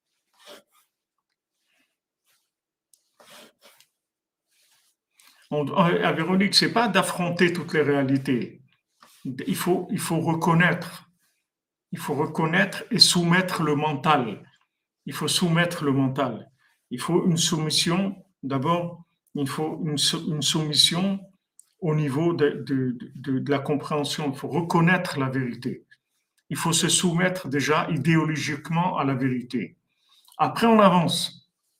À Véronique, c'est pas d'affronter toutes les réalités. Il faut reconnaître. Il faut reconnaître et soumettre le mental. Il faut soumettre le mental. Il faut une soumission. D'abord, il faut une soumission au niveau de la compréhension. Il faut reconnaître la vérité. Il faut se soumettre déjà idéologiquement à la vérité. Après, on avance.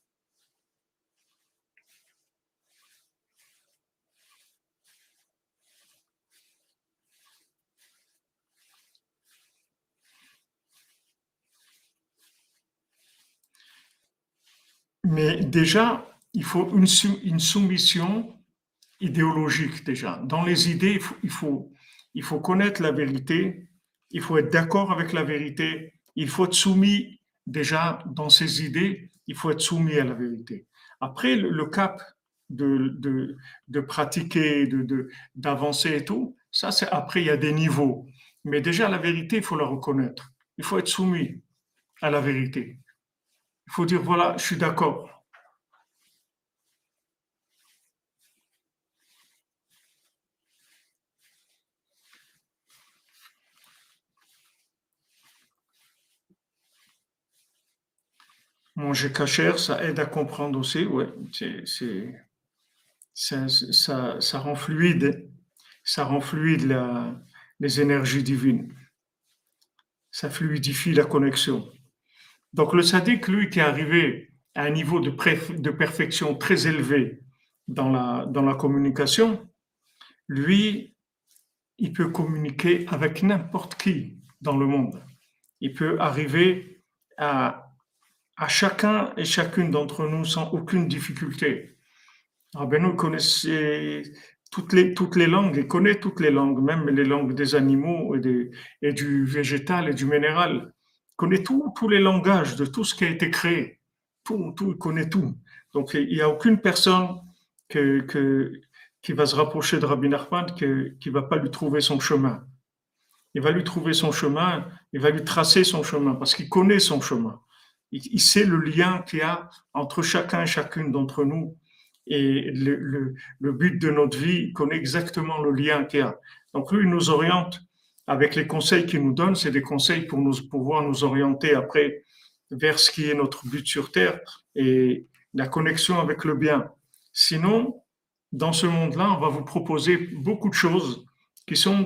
Mais déjà, il faut une soumission idéologique déjà. Dans les idées, il faut connaître la vérité, il faut être d'accord avec la vérité, il faut être soumis déjà dans ses idées, il faut être soumis à la vérité. Après, le cap de pratiquer, d'avancer et tout, ça c'est après, il y a des niveaux. Mais déjà, la vérité, il faut la reconnaître. Il faut être soumis à la vérité. Il faut dire, voilà, je suis d'accord. Manger cachère, ça aide à comprendre aussi, ouais. Ça rend fluide les énergies divines. Ça fluidifie la connexion. Donc le sadique, lui, qui est arrivé à un niveau de perfection très élevé dans la communication, lui, il peut communiquer avec n'importe qui dans le monde. Il peut arriver à chacun et chacune d'entre nous sans aucune difficulté. Rabbeinu connaissait toutes les langues, il connaît toutes les langues, même les langues des animaux et du végétal et du minéral. Il connaît tous les langages de tout ce qui a été créé. Il connaît tout. Donc il n'y a aucune personne que, que, qui va se rapprocher de Rabbi Nachman qui ne va pas lui trouver son chemin. Il va lui trouver son chemin, il va lui tracer son chemin parce qu'il connaît son chemin. Il sait le lien qu'il y a entre chacun et chacune d'entre nous et le but de notre vie, il connaît exactement le lien qu'il y a. Donc lui, il nous oriente avec les conseils qu'il nous donne, c'est des conseils pour nous pouvoir nous orienter après vers ce qui est notre but sur Terre et la connexion avec le bien. Sinon, dans ce monde-là, on va vous proposer beaucoup de choses qui sont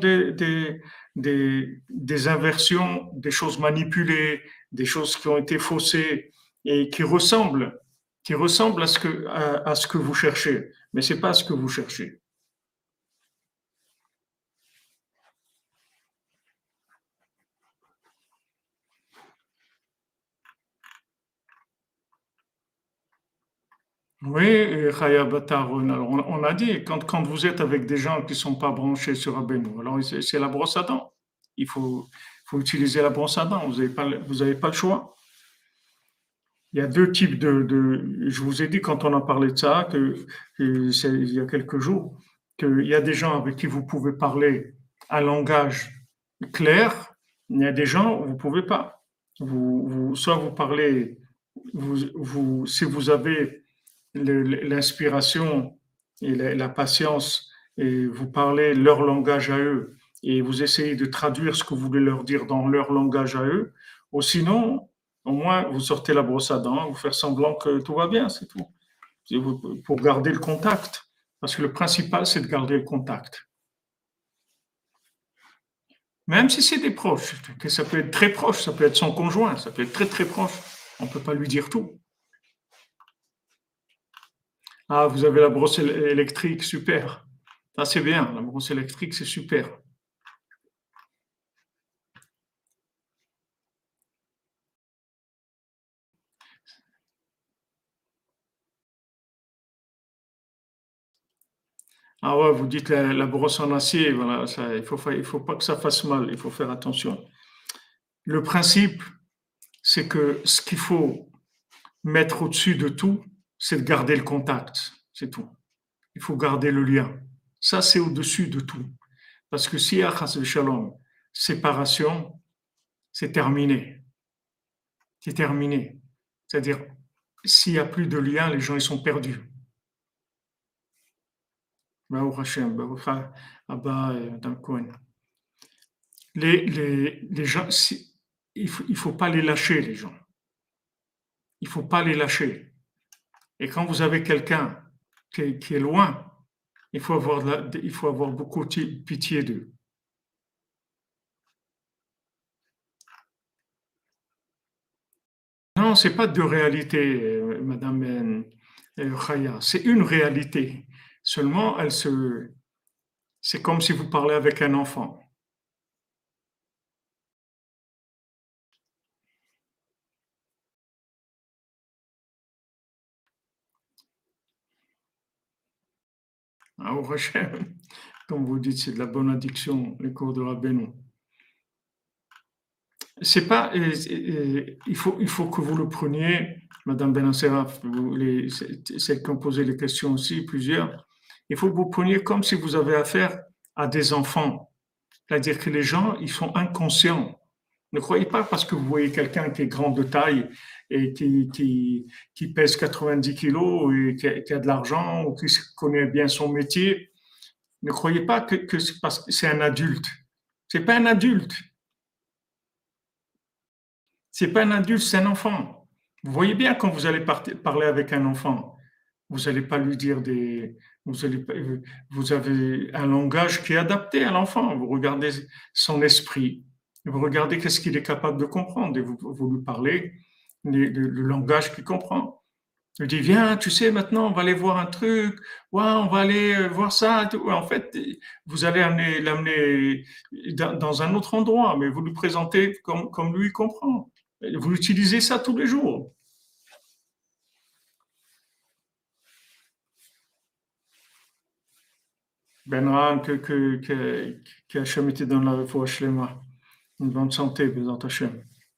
des inversions, des choses manipulées, des choses qui ont été faussées et qui ressemblent à ce que vous cherchez. Mais ce n'est pas ce que vous cherchez. Oui, Chaya Bataron. Alors, on a dit, quand vous êtes avec des gens qui ne sont pas branchés sur Abeno, alors c'est la brosse à dents. Faut utiliser la brosse à dents. Vous avez pas le choix. Il y a deux types je vous ai dit quand on a parlé de ça, il y a quelques jours, qu'il y a des gens avec qui vous pouvez parler un langage clair, il y a des gens où vous ne pouvez pas. Soit vous parlez, si vous avez l'inspiration et la patience, et vous parlez leur langage à eux, et vous essayez de traduire ce que vous voulez leur dire dans leur langage à eux, ou sinon, au moins, vous sortez la brosse à dents, vous faites semblant que tout va bien, c'est tout. Pour garder le contact. Parce que le principal, c'est de garder le contact. Même si c'est des proches, que ça peut être très proche, ça peut être son conjoint, ça peut être très très proche. On ne peut pas lui dire tout. Ah, vous avez la brosse électrique, super. Ça, c'est bien, la brosse électrique, c'est super. Ah ouais, vous dites la brosse en acier, voilà, ça, il faut pas que ça fasse mal, il faut faire attention. Le principe, c'est que ce qu'il faut mettre au-dessus de tout, c'est de garder le contact, c'est tout. Il faut garder le lien. Ça, c'est au-dessus de tout. Parce que s'il y a shalom, séparation, c'est terminé. C'est terminé. C'est-à-dire, s'il n'y a plus de lien, les gens ils sont perdus. Baruch Hashem, Baruch Abba Dan Cohen. Les gens, il faut pas les lâcher, les gens. Il faut pas les lâcher. Et quand vous avez quelqu'un qui est loin, il faut avoir beaucoup de pitié d'eux. Non, c'est pas deux réalités, Madame Khaya. C'est une réalité. Seulement, c'est comme si vous parlez avec un enfant. Ah, au Hachem, comme vous dites, c'est de la bonne addiction, les cours de Rabbeinu. C'est pas, il faut que vous le preniez, Madame Benacerraf, celles qui ont posé les questions aussi, plusieurs. Il faut que vous preniez comme si vous avez affaire à des enfants. C'est-à-dire que les gens, ils sont inconscients. Ne croyez pas parce que vous voyez quelqu'un qui est grand de taille et qui pèse 90 kilos et qui a de l'argent ou qui connaît bien son métier. Ne croyez pas que c'est parce que c'est un adulte. C'est pas un adulte. C'est pas un adulte, c'est un enfant. Vous voyez bien quand vous allez parler avec un enfant, vous n'allez pas lui dire vous allez vous avez un langage qui est adapté à l'enfant. Vous regardez son esprit, vous regardez qu'est-ce qu'il est capable de comprendre et vous lui parlez le langage qu'il comprend. Il dit, viens, tu sais, maintenant, on va aller voir un truc, ouais, on va aller voir ça. Tout. En fait, vous allez l'amener dans un autre endroit, mais vous lui présentez comme lui comprend. Vous utilisez ça tous les jours. Ben, que Hachem était dans la refoua shlema. Une bonne santé, Bézant Hachem.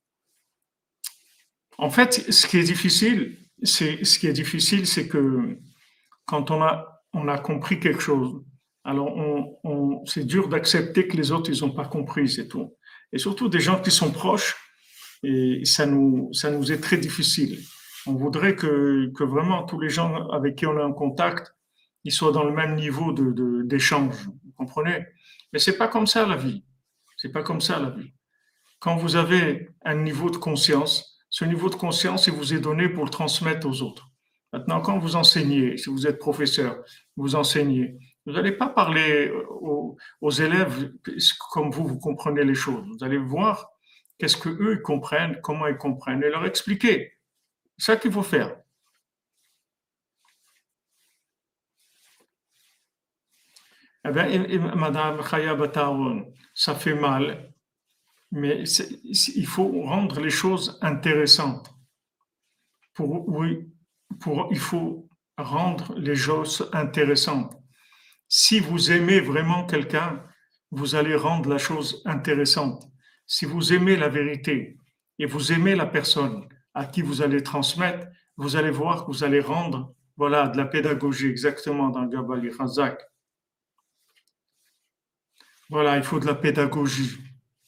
En fait, ce qui est difficile, c'est que quand on a compris quelque chose, alors c'est dur d'accepter que les autres, ils n'ont pas compris, c'est tout. Et surtout des gens qui sont proches, et ça nous est très difficile. On voudrait que vraiment tous les gens avec qui on est en contact, ils soient dans le même niveau d'échange. Vous comprenez? Mais c'est pas comme ça la vie. C'est pas comme ça la vie. Quand vous avez un niveau de conscience, ce niveau de conscience, il vous est donné pour le transmettre aux autres. Maintenant, quand vous enseignez, si vous êtes professeur, vous enseignez, vous n'allez pas parler aux élèves comme vous comprenez les choses. Vous allez voir qu'est-ce qu'eux ils comprennent, comment ils comprennent, et leur expliquer. C'est ça qu'il faut faire. Eh bien, Madame Khaya Bataoun, ça fait mal, mais il faut rendre les choses intéressantes. Oui, il faut rendre les choses intéressantes. Si vous aimez vraiment quelqu'un, vous allez rendre la chose intéressante. Si vous aimez la vérité et vous aimez la personne à qui vous allez transmettre, vous allez voir que vous allez rendre, voilà, de la pédagogie exactement dans le Gabali Khazak. Voilà, il faut de la pédagogie.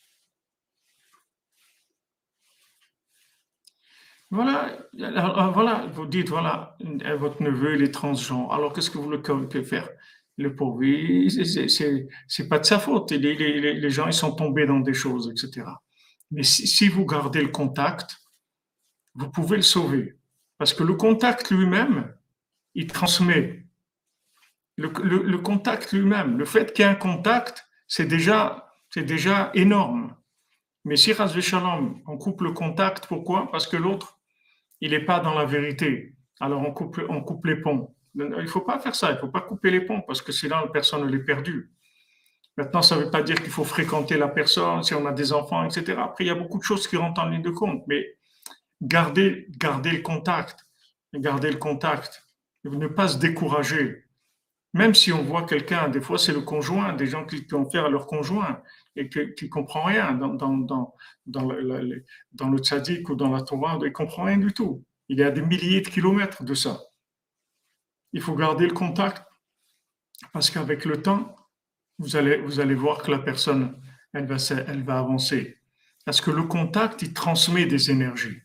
Voilà, voilà, vous dites, voilà, votre neveu, il est transgenre. Alors, qu'est-ce que vous le pouvez faire? Le pauvre, c'est pas de sa faute. Les gens, ils sont tombés dans des choses, etc. Mais si vous gardez le contact, vous pouvez le sauver. Parce que le contact lui-même, il transmet. Le contact lui-même, le fait qu'il y ait un contact, c'est déjà énorme. Mais si, Ras Shalom, on coupe le contact, pourquoi? Parce que l'autre, il n'est pas dans la vérité. Alors on coupe les ponts. Il ne faut pas faire ça, il ne faut pas couper les ponts parce que sinon la personne elle est perdue. Maintenant, ça ne veut pas dire qu'il faut fréquenter la personne, si on a des enfants, etc. Après, il y a beaucoup de choses qui rentrent en ligne de compte, mais garder le contact, garder le contact, ne pas se décourager. Même si on voit quelqu'un, des fois c'est le conjoint, des gens qui ont affaire à leur conjoint et qui ne comprend rien dans le tzaddik ou dans la Torah, il ne comprend rien du tout. Il y a des milliers de kilomètres de ça. Il faut garder le contact parce qu'avec le temps, vous allez voir que la personne, elle va avancer. Parce que le contact, il transmet des énergies.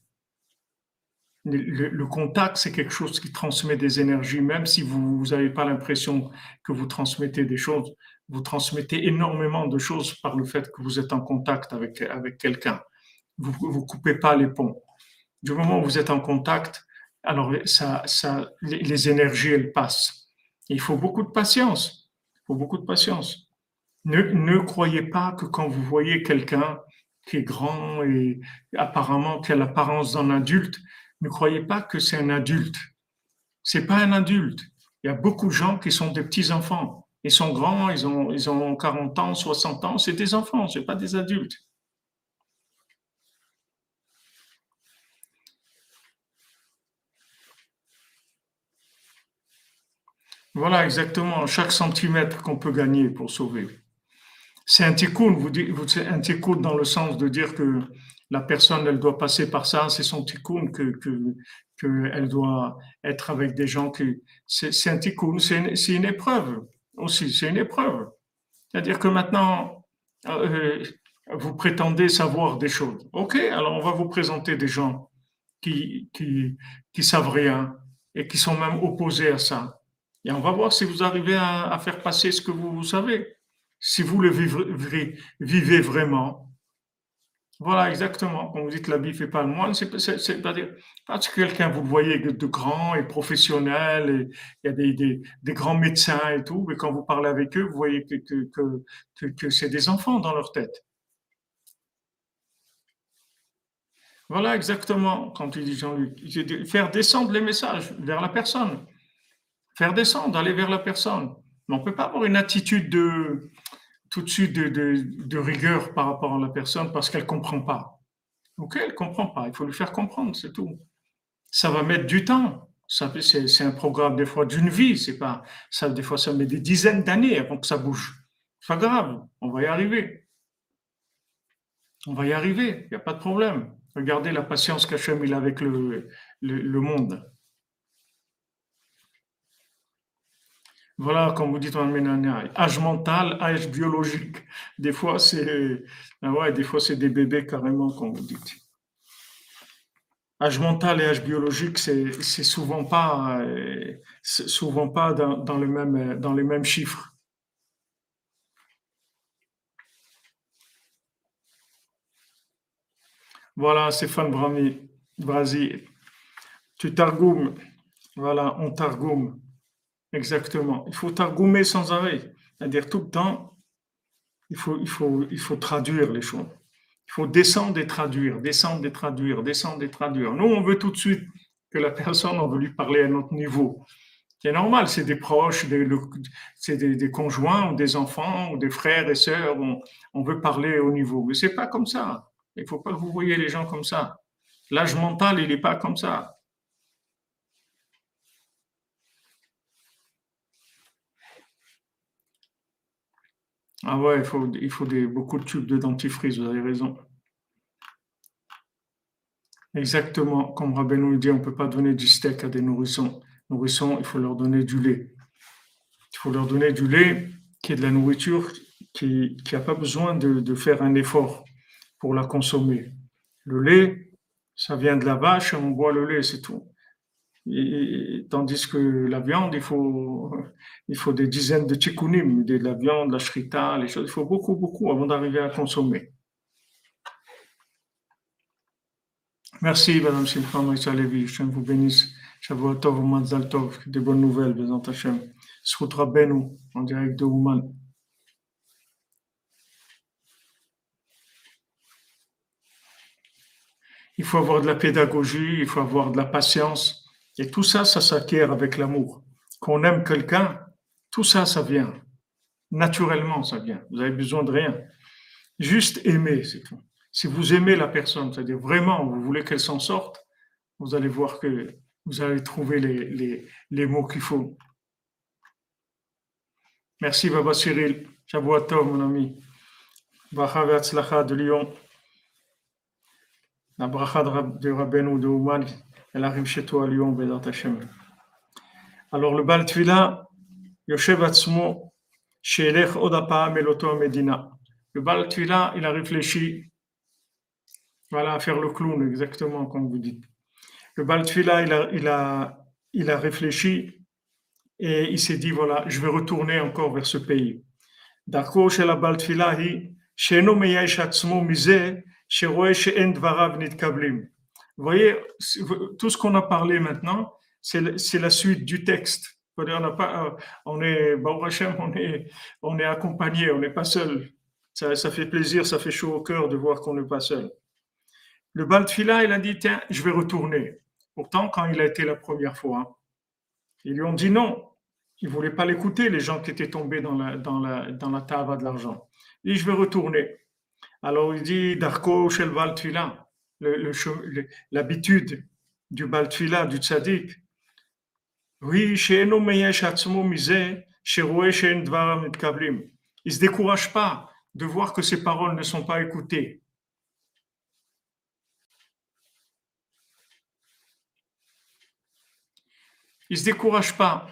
Le contact, c'est quelque chose qui transmet des énergies, même si vous n'avez pas l'impression que vous transmettez des choses, vous transmettez énormément de choses par le fait que vous êtes en contact avec quelqu'un. Vous ne coupez pas les ponts. Du moment où vous êtes en contact, alors les énergies, elles passent. Il faut beaucoup de patience. Il faut beaucoup de patience. Ne croyez pas que quand vous voyez quelqu'un qui est grand et apparemment qui a l'apparence d'un adulte, ne croyez pas que c'est un adulte. C'est pas un adulte. Il y a beaucoup de gens qui sont des petits enfants. Ils sont grands, ils ont 40 ans, 60 ans, c'est des enfants, c'est pas des adultes. Voilà exactement chaque centimètre qu'on peut gagner pour sauver. C'est un tikkun, c'est un tikkun dans le sens de dire que la personne, elle doit passer par ça, c'est son tikkun, elle doit être avec des gens qui. C'est un tikkun, c'est une épreuve aussi, c'est une épreuve. C'est-à-dire que maintenant, euh, vous prétendez savoir des choses. OK, alors on va vous présenter des gens qui savent rien et qui sont même opposés à ça. Et on va voir si vous arrivez à faire passer ce que vous savez. Si vous le vivez vraiment, Voilà, exactement. Quand vous dites l'habit fait pas le moine, c'est pas dire parce que quelqu'un, vous le voyez de grand et professionnel, et il y a des grands médecins et tout, mais quand vous parlez avec eux, vous voyez que c'est des enfants dans leur tête. Voilà, exactement, quand tu dis Jean-Luc. Faire descendre les messages vers la personne. Faire descendre, aller vers la personne. Mais on ne peut pas avoir une attitude tout de suite de rigueur par rapport à la personne parce qu'elle ne comprend pas. Ok, elle ne comprend pas. Il faut lui faire comprendre, c'est tout. Ça va mettre du temps. C'est un programme des fois d'une vie. C'est pas ça. Des fois, ça met des dizaines d'années avant que ça bouge. C'est pas grave. On va y arriver. On va y arriver. Il n'y a pas de problème. Regardez la patience qu'Hachem il a avec le monde. Voilà, comme vous dites en Ménania, âge mental, âge biologique. Des fois, ouais, des fois, c'est des bébés carrément, comme vous dites. Âge mental et âge biologique, c'est souvent pas dans les mêmes chiffres. Voilà, Stéphane Brasi, tu targoumes. Voilà, on targoume. Exactement. Il faut targoumer sans arrêt. C'est-à-dire tout le temps, il faut traduire les choses. Il faut descendre et traduire, descendre et traduire, descendre et traduire. Nous, on veut tout de suite que la personne, on veut lui parler à notre niveau. C'est normal, c'est des proches, c'est des conjoints ou des enfants ou des frères et sœurs. On veut parler au niveau. Mais c'est pas comme ça. Il ne faut pas que vous voyez les gens comme ça. L'âge mental, il n'est pas comme ça. Ah ouais, il faut beaucoup de tubes de dentifrice, vous avez raison. Exactement, comme Rabbeinu nous dit, on ne peut pas donner du steak à des nourrissons. Nourrissons, il faut leur donner du lait. Il faut leur donner du lait qui est de la nourriture qui n'a pas besoin de faire un effort pour la consommer. Le lait, ça vient de la vache et on boit le lait, c'est tout. Tandis que la viande, il faut des dizaines de tikkunim, de la viande, la shrita, les choses. Il faut beaucoup, beaucoup avant d'arriver à consommer. Merci, Madame Simcha Maïssa Levi. Hachem vous bénisse. Shavua Tov, Mazal Tov. Des bonnes nouvelles, Bézant Hachem. Srout Rabbeinu, en direct de Ouman. Il faut avoir de la pédagogie, il faut avoir de la patience. Et tout ça, ça s'acquiert avec l'amour. Quand on aime quelqu'un, tout ça, ça vient. Naturellement, ça vient. Vous avez besoin de rien. Juste aimer, c'est tout. Si vous aimez la personne, c'est-à-dire vraiment, vous voulez qu'elle s'en sorte, vous allez voir que vous allez trouver les mots qu'il faut. Merci, Baba Cyril. Shavua Tov, mon ami. Bracha ve'atzlacha de Lyon. La bracha de Rabbeinu de Ouman, elle arrive chez toi à Lyon, Bézat Hashem. Alors, le Baal Tfila, Yoshev Atzmo, Sheelech Odapam Eloto Medina. Le Baal Tfila, il a réfléchi, voilà, à faire le clown, exactement comme vous dites. Le Baal Tfila, il a réfléchi et il s'est dit, voilà, je vais retourner encore vers ce pays. Darko shel Baal Tfila hi, she'eno meyesh atzmo mizeh, sheroe she'en dvarav nitkablim. Vous voyez, tout ce qu'on a parlé maintenant, c'est la suite du texte. On n'a pas, on est, Baruch Hashem, on est accompagné, on n'est pas seul. Ça fait plaisir, ça fait chaud au cœur de voir qu'on n'est pas seul. Le Baal Tfila, il a dit, tiens, je vais retourner. Pourtant, quand il a été la première fois, ils lui ont dit non. Ils ne voulaient pas l'écouter, les gens qui étaient tombés dans la tava de l'argent. Il dit, je vais retourner. Alors il dit, Darko shel Baal Tfila, l'habitude du Baal Tfila, du tzaddik. Oui, she'eno meyesh atzmo mizeh, sheroe she'en dvaram nitkablim. Il ne se décourage pas de voir que ses paroles ne sont pas écoutées. Il ne se décourage pas.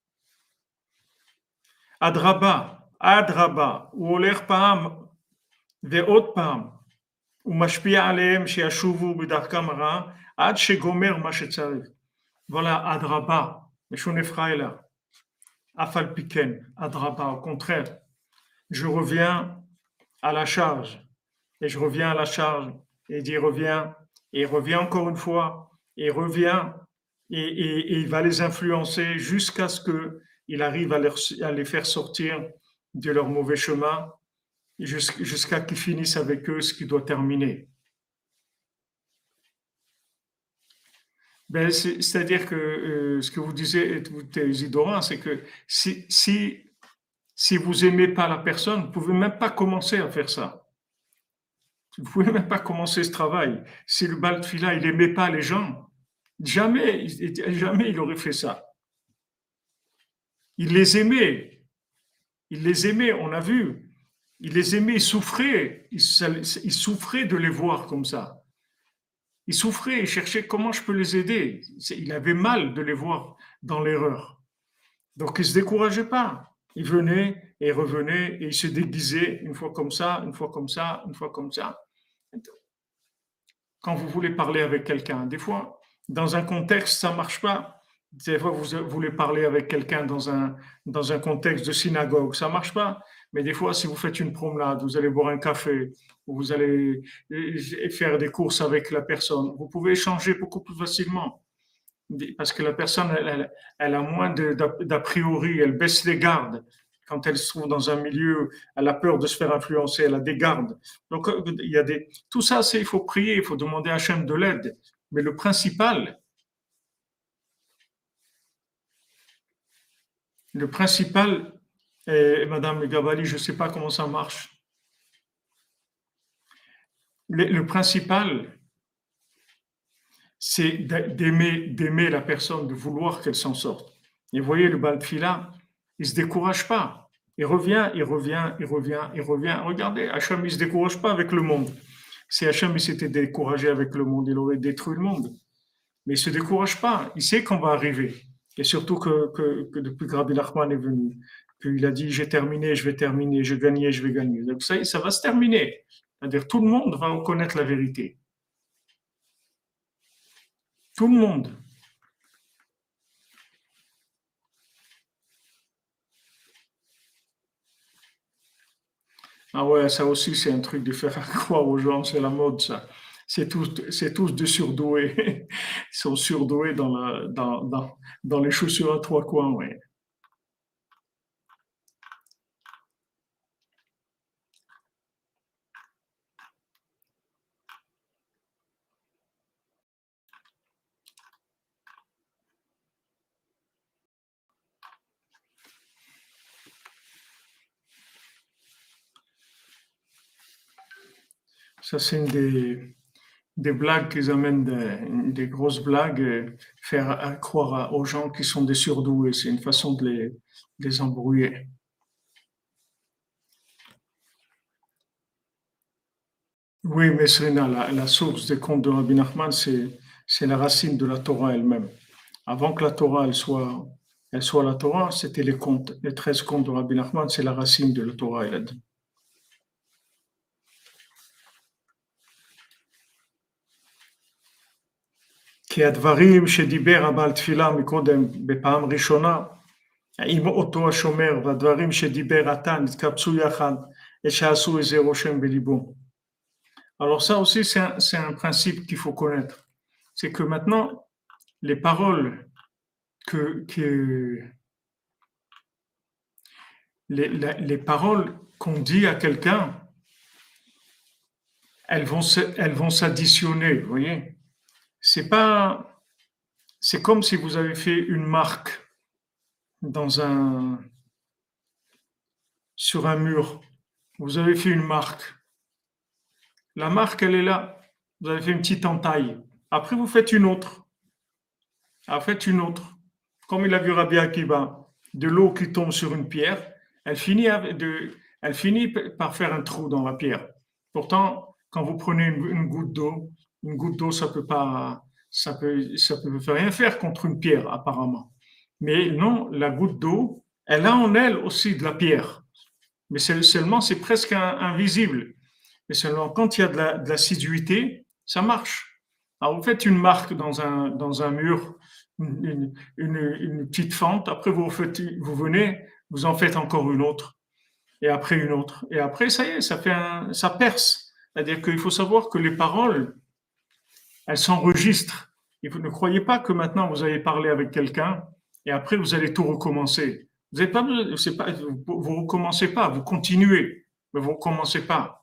Adraba, Adraba, הוא הולך פעם ועוד פעם, הוא משפיע עליהם שישובו בדרכם הרעה עד שגומר מה שצריך. Voilà, Adraba, Meshon Ephraïla, Afal Piken, Adraba, au contraire, je reviens à la charge. et je reviens à la charge. Et il dit reviens, et il revient encore une fois, et il revient, et il va les influencer jusqu'à ce qu'il arrive à les faire sortir de leur mauvais chemin, jusqu'à qu'ils finissent avec eux ce qui doit terminer. Ben, c'est-à-dire que ce que vous disiez, Isidora, c'est que si vous aimez pas la personne, vous pouvez même pas commencer à faire ça. Vous pouvez même pas commencer ce travail. Si le Baltfila, il aimait pas les gens, jamais il aurait fait ça. Il les aimait. Il les aimait, on a vu. Il les aimait, il souffrait. Il souffrait de les voir comme ça. Il souffrait, il cherchait comment je peux les aider. Il avait mal de les voir dans l'erreur. Donc il ne se décourageait pas. Il venait et revenait et il se déguisait une fois comme ça, une fois comme ça, une fois comme ça. Quand vous voulez parler avec quelqu'un, des fois, dans un contexte, ça ne marche pas. Des fois, vous voulez parler avec quelqu'un dans un contexte de synagogue, ça ne marche pas. Mais des fois, si vous faites une promenade, vous allez boire un café, vous allez faire des courses avec la personne, vous pouvez échanger beaucoup plus facilement. Parce que la personne, elle a moins d'a priori, elle baisse les gardes. Quand elle se trouve dans un milieu, elle a peur de se faire influencer, elle a des gardes. Donc, il y a tout ça, il faut prier, il faut demander à Hachem de l'aide. Mais le principal, Madame Gabali, je ne sais pas comment ça marche. Le principal, c'est d'aimer la personne, de vouloir qu'elle s'en sorte. Et vous voyez, le Baltfila, il ne se décourage pas. Il revient, il revient, il revient, il revient. Regardez, Hachem, il ne se décourage pas avec le monde. Si Hachem s'était découragé avec le monde, il aurait détruit le monde. Mais il ne se décourage pas. Il sait qu'on va arriver. Et surtout que depuis que Rabbi Nachman est venu, qu'il a dit j'ai terminé, je vais terminer, j'ai gagné, je vais gagner. Donc ça va se terminer. C'est-à-dire tout le monde va reconnaître la vérité. Tout le monde. Ah ouais, ça aussi, c'est un truc de faire croire aux gens, c'est la mode, ça. C'est tous des surdoués. Ils sont surdoués dans les chaussures à trois coins, ouais. Ça, c'est des blagues qu'ils amènent, des grosses blagues, faire croire aux gens qui sont des surdoués. C'est une façon de les embrouiller. Oui, mais Serena, la source des contes de Rabbi Nachman, c'est la racine de la Torah elle-même. Avant que la Torah elle soit la Torah, c'était les contes. Les 13 contes de Rabbi Nachman, c'est la racine de la Torah, il a dit. כי הדברים שדיבר הבעל תפילה מקודם בפעם ראשונה, עם אותו השומר, והדברים שדיבר עתה נתקבצו יחד, שעשו איזה רושם בליבו. Alors ça aussi, c'est un principe qu'il faut connaître. C'est que maintenant, les paroles que les paroles qu'on dit à quelqu'un, elles vont s'additionner, vous voyez. C'est pas, c'est comme si vous avez fait une marque dans sur un mur. Vous avez fait une marque. La marque, elle est là. Vous avez fait une petite entaille. Après, vous faites une autre. Après, faites une autre. Comme il a vu Rabbi Akiba, de l'eau qui tombe sur une pierre, elle finit par faire un trou dans la pierre. Pourtant, quand vous prenez une goutte d'eau, ça peut rien faire contre une pierre, apparemment. Mais non, la goutte d'eau, elle a en elle aussi de la pierre. Mais seulement, c'est presque invisible. Mais seulement, quand il y a de l'assiduité, ça marche. Alors, vous faites une marque dans un mur, une petite fente. Après, vous venez, vous en faites encore une autre. Et après, une autre. Et après, ça y est, ça perce. C'est-à-dire qu'il faut savoir que les paroles, elles s'enregistrent. Et vous ne croyez pas que maintenant vous allez parler avec quelqu'un et après vous allez tout recommencer. Vous n'avez pas, c'est pas, vous recommencez pas, vous continuez, mais vous recommencez pas.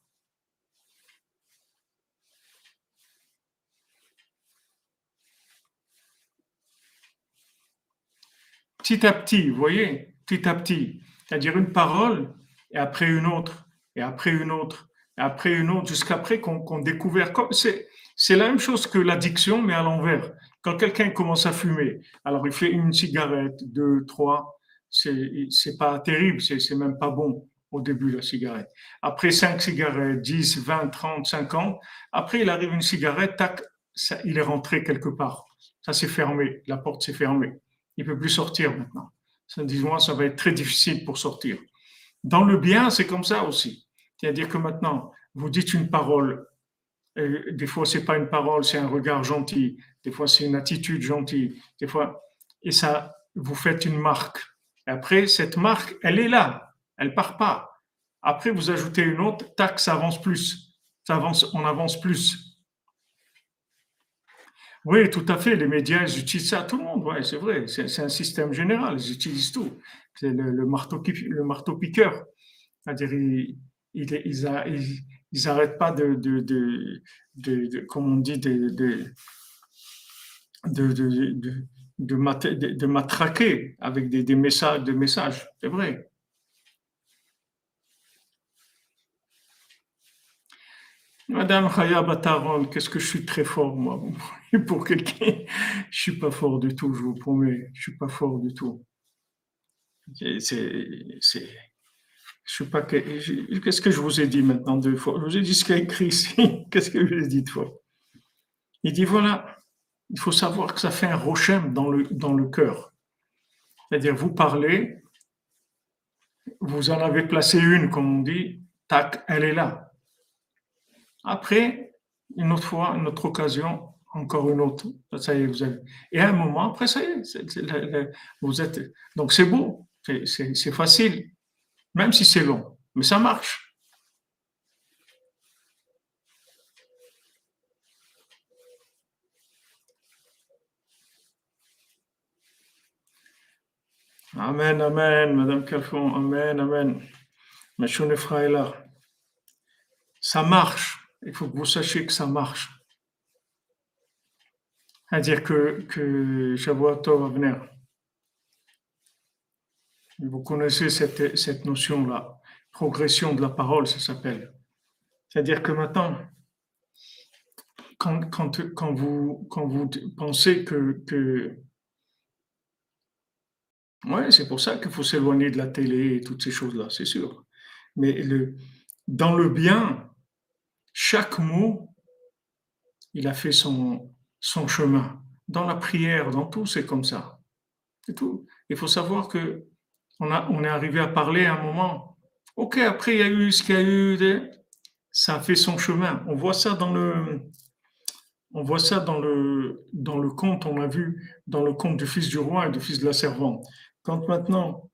Petit à petit, vous voyez, petit à petit. C'est-à-dire une parole et après une autre, et après une autre, et après une autre, jusqu'après qu'on découvre. C'est la même chose que l'addiction, mais à l'envers. Quand quelqu'un commence à fumer, alors il fait une cigarette, deux, trois, c'est pas terrible, c'est même pas bon au début la cigarette. Après 5 cigarettes, 10, 20, 30, 50, après il arrive une cigarette, tac, ça, il est rentré quelque part. Ça s'est fermé, la porte s'est fermée. Il ne peut plus sortir maintenant. Ça, dis-moi, ça va être très difficile pour sortir. Dans le bien, c'est comme ça aussi. C'est-à-dire que maintenant, vous dites une parole. Des fois, c'est pas une parole, c'est un regard gentil. Des fois, c'est une attitude gentille. Des fois, et ça, vous faites une marque. Et après, cette marque, elle est là. Elle part pas. Après, vous ajoutez une autre, tac, ça avance plus. Ça avance, on avance plus. Oui, tout à fait. Les médias, ils utilisent ça. Tout le monde, ouais, c'est vrai. C'est un système général. Ils utilisent tout. C'est le marteau piqueur. C'est-à-dire, ils arrêtent pas comme on dit, de matraquer avec des messages, des messages. C'est vrai. Madame Khaya Bataron, qu'est-ce que je suis très fort, moi. Pour quelqu'un, je suis pas fort du tout, je vous promets. Je suis pas fort du tout. C'est, je sais pas, qu'est-ce que je vous ai dit maintenant 2 fois? Je vous ai dit ce qu'il y a écrit ici. Qu'est-ce que je vous ai dit 2 fois? Il dit voilà, il faut savoir que ça fait un rochem dans le cœur. C'est-à-dire, vous parlez, vous en avez placé une, comme on dit, tac, elle est là. Après, une autre fois, une autre occasion, encore une autre. Ça y est, vous avez. Et à un moment, après, ça y est, vous êtes. Donc, c'est beau, c'est facile, même si c'est long, mais ça marche. Amen, amen, Madame Calfon, amen, amen. Meshone Fraïla, ça marche. Il faut que vous sachiez que ça marche. C'est-à-dire que Shavuot va venir. Vous connaissez cette notion-là. Progression de la parole, ça s'appelle. C'est-à-dire que maintenant, quand vous pensez que ouais, c'est pour ça qu'il faut s'éloigner de la télé et toutes ces choses-là, c'est sûr. Mais dans le bien, chaque mot, il a fait son chemin. Dans la prière, dans tout, c'est comme ça. C'est tout. Il faut savoir que on est arrivé à parler à un moment. Ok, après il y a eu ce qu'il y a eu, ça a fait son chemin. On voit ça dans le conte, on a vu dans le conte du fils du roi et du fils de la servante. Quand maintenant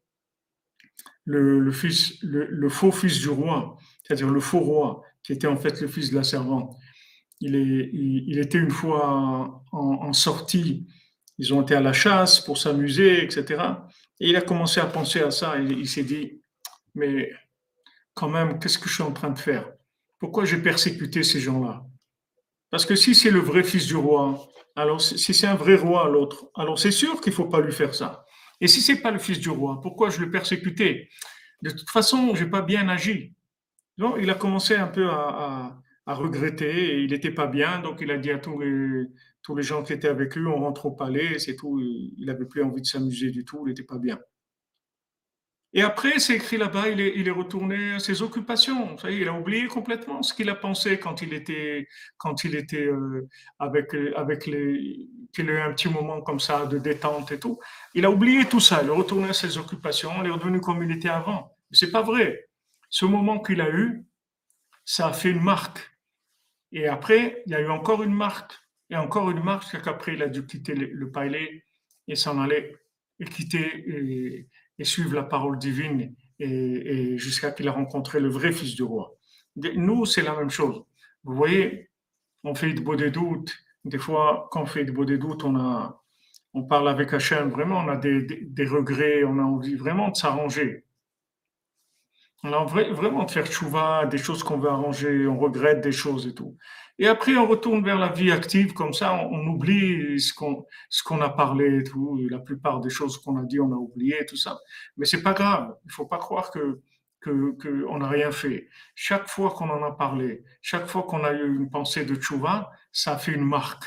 le faux fils du roi, c'est-à-dire le faux roi, qui était en fait le fils de la servante, il était une fois en sortie, ils ont été à la chasse pour s'amuser, etc. Et il a commencé à penser à ça, il s'est dit, mais quand même, qu'est-ce que je suis en train de faire? Pourquoi j'ai persécuté ces gens-là? Parce que si c'est le vrai fils du roi, alors si c'est un vrai roi l'autre, alors c'est sûr qu'il ne faut pas lui faire ça. Et si c'est pas le fils du roi, pourquoi je le persécutais? De toute façon, j'ai pas bien agi. Donc, il a commencé un peu à regretter, et il n'était pas bien, donc il a dit à tous les gens qui étaient avec lui, on rentre au palais, c'est tout. Il n'avait plus envie de s'amuser du tout, il n'était pas bien. Et après, c'est écrit là-bas, il est retourné à ses occupations. Ça y est, il a oublié complètement ce qu'il a pensé quand il était avec qu'il a eu un petit moment comme ça de détente et tout. Il a oublié tout ça. Il est retourné à ses occupations. Il est revenu comme il était avant. Mais c'est pas vrai. Ce moment qu'il a eu, ça a fait une marque. Et après, il y a eu encore une marque. Et encore une marque, c'est qu'après, il a dû quitter le palais et s'en aller et quitter et suivre la parole divine et jusqu'à qu'il a rencontré le vrai fils du roi. Nous, c'est la même chose. Vous voyez, on fait de beaux des doutes. Des fois, quand on fait de beaux des doutes, on parle avec Hachem, vraiment, on a des regrets, on a envie vraiment de s'arranger. On a vraiment de faire tchouva, des choses qu'on veut arranger, on regrette des choses et tout. Et après, on retourne vers la vie active, comme ça, on oublie ce qu'on a parlé et tout. La plupart des choses qu'on a dit, on a oublié et tout ça. Mais c'est pas grave. Il faut pas croire que on n'a rien fait. Chaque fois qu'on en a parlé, chaque fois qu'on a eu une pensée de tchouva, ça fait une marque.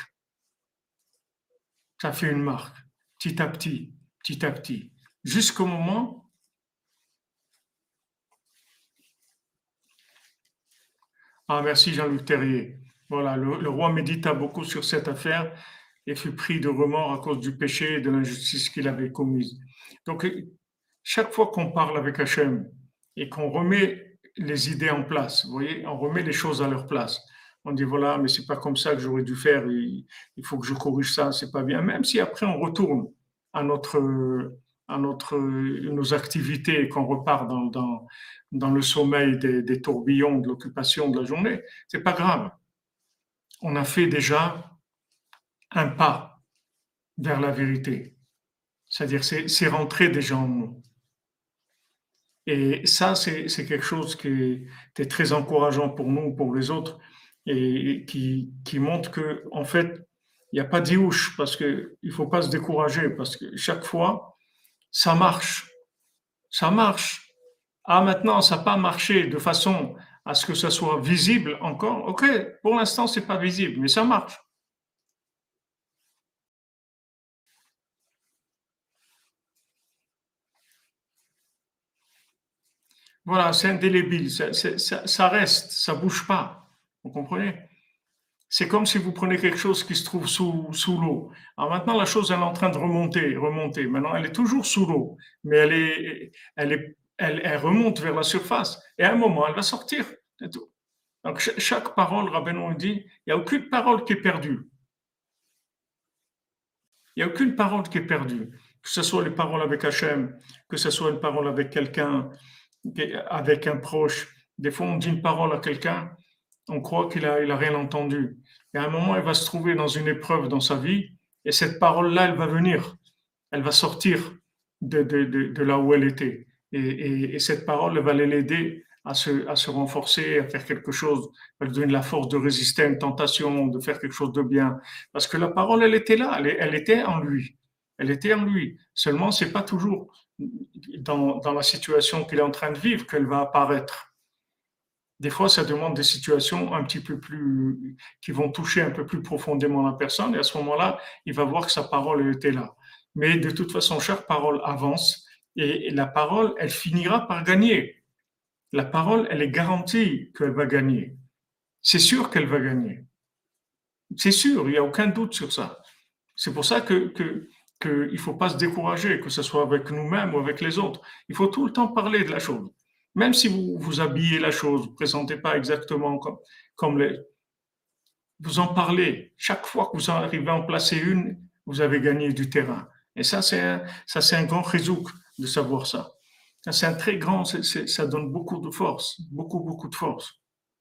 Ça fait une marque. Petit à petit, petit à petit. Jusqu'au moment. Ah, merci Jean-Luc Terrier. Voilà, le roi médita beaucoup sur cette affaire et fut pris de remords à cause du péché et de l'injustice qu'il avait commise. Donc, chaque fois qu'on parle avec Hachem et qu'on remet les idées en place, vous voyez, on remet les choses à leur place. On dit voilà, mais c'est pas comme ça que j'aurais dû faire. Il faut que je corrige ça, c'est pas bien. Même si après on retourne à nos activités et qu'on repart dans le sommeil des tourbillons de l'occupation de la journée, c'est pas grave. On a fait déjà un pas vers la vérité. C'est-à-dire, c'est rentré déjà en nous. Et ça, c'est quelque chose qui est très encourageant pour nous, pour les autres, et qui montre que, en fait, il n'y a pas d'ouche parce qu'il ne faut pas se décourager, parce que chaque fois, ça marche. Ça marche. Ah, maintenant, ça n'a pas marché de façon à ce que ça soit visible encore. OK, pour l'instant, c'est pas visible, mais ça marche. Voilà, c'est indélébile, ça reste, ça bouge pas. Vous comprenez? C'est comme si vous prenez quelque chose qui se trouve sous l'eau. Alors maintenant, la chose elle est en train de remonter, remonter. Maintenant, elle est toujours sous l'eau, mais elle remonte vers la surface. Et à un moment, elle va sortir. C'est tout. Donc, chaque parole, Rabbeinu dit, il n'y a aucune parole qui est perdue. Il n'y a aucune parole qui est perdue. Que ce soit les paroles avec Hachem, que ce soit une parole avec quelqu'un, avec un proche. Des fois, on dit une parole à quelqu'un, on croit il a rien entendu. Et à un moment, il va se trouver dans une épreuve dans sa vie, et cette parole-là, elle va venir, elle va sortir de là où elle était. Et cette parole, elle va l'aider à se renforcer, à faire quelque chose, elle lui donne la force de résister à une tentation, de faire quelque chose de bien. Parce que la parole, elle était là, elle était en lui. Elle était en lui. Seulement, c'est pas toujours dans la situation qu'il est en train de vivre qu'elle va apparaître. Des fois, ça demande des situations un petit peu plus, qui vont toucher un peu plus profondément la personne, et à ce moment-là, il va voir que sa parole elle était là. Mais de toute façon, chaque parole avance, et la parole, elle finira par gagner. La parole, elle est garantie qu'elle va gagner. C'est sûr qu'elle va gagner. C'est sûr, il n'y a aucun doute sur ça. C'est pour ça il ne faut pas se décourager, que ce soit avec nous-mêmes ou avec les autres. Il faut tout le temps parler de la chose. Même si vous habillez la chose, vous ne présentez pas exactement comme les... Vous en parlez. Chaque fois que vous arrivez à en placer une, vous avez gagné du terrain. Et ça, c'est un grand résouk de savoir ça. Ça, c'est un très grand, ça donne beaucoup de force, beaucoup, beaucoup de force.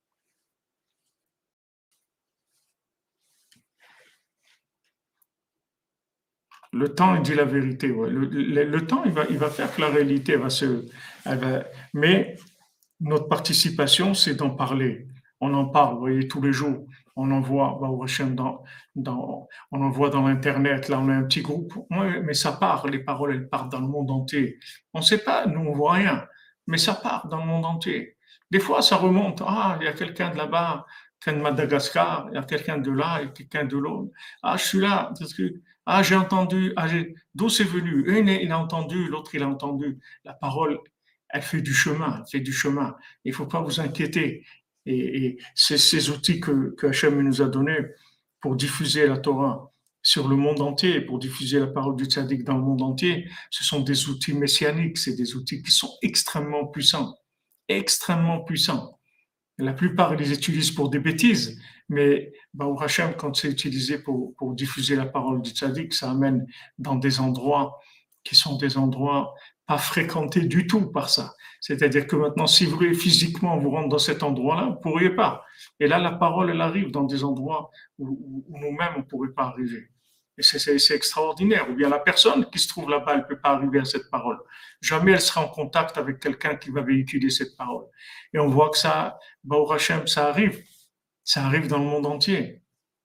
Le temps, il dit la vérité. Ouais. Le temps, il va faire que la réalité va se. Mais notre participation, c'est d'en parler. On en parle, vous voyez, tous les jours. On en voit, bah, on en voit dans l'Internet. Là, on a un petit groupe. Ouais, mais ça part, les paroles, elles partent dans le monde entier. On ne sait pas, nous, on voit rien. Mais ça part dans le monde entier. Des fois, ça remonte. Ah, il y a quelqu'un de là-bas, quelqu'un de Madagascar, il y a quelqu'un de là, il y a quelqu'un de l'autre. Ah, je suis là. Ah, j'ai entendu. Ah, d'où c'est venu? Un, il a entendu, l'autre, il a entendu. La parole, elle fait du chemin, elle fait du chemin. Il ne faut pas vous inquiéter. Et c'est ces outils que Hachem nous a donnés pour diffuser la Torah sur le monde entier, pour diffuser la parole du tzaddik dans le monde entier. Ce sont des outils messianiques, c'est des outils qui sont extrêmement puissants, extrêmement puissants. La plupart ils les utilisent pour des bêtises, mais Baruch Hashem, quand c'est utilisé pour diffuser la parole du tzaddik, ça amène dans des endroits qui sont des endroits pas fréquentés du tout par ça. C'est-à-dire que maintenant, si vous voulez physiquement vous rendre dans cet endroit-là, vous ne pourriez pas. Et là, la parole, elle arrive dans des endroits où nous-mêmes, on ne pourrait pas arriver. Et c'est extraordinaire. Ou bien la personne qui se trouve là-bas, elle ne peut pas arriver à cette parole. Jamais elle sera en contact avec quelqu'un qui va véhiculer cette parole. Et on voit que ça, au Hachem, ça arrive. Ça arrive dans le monde entier.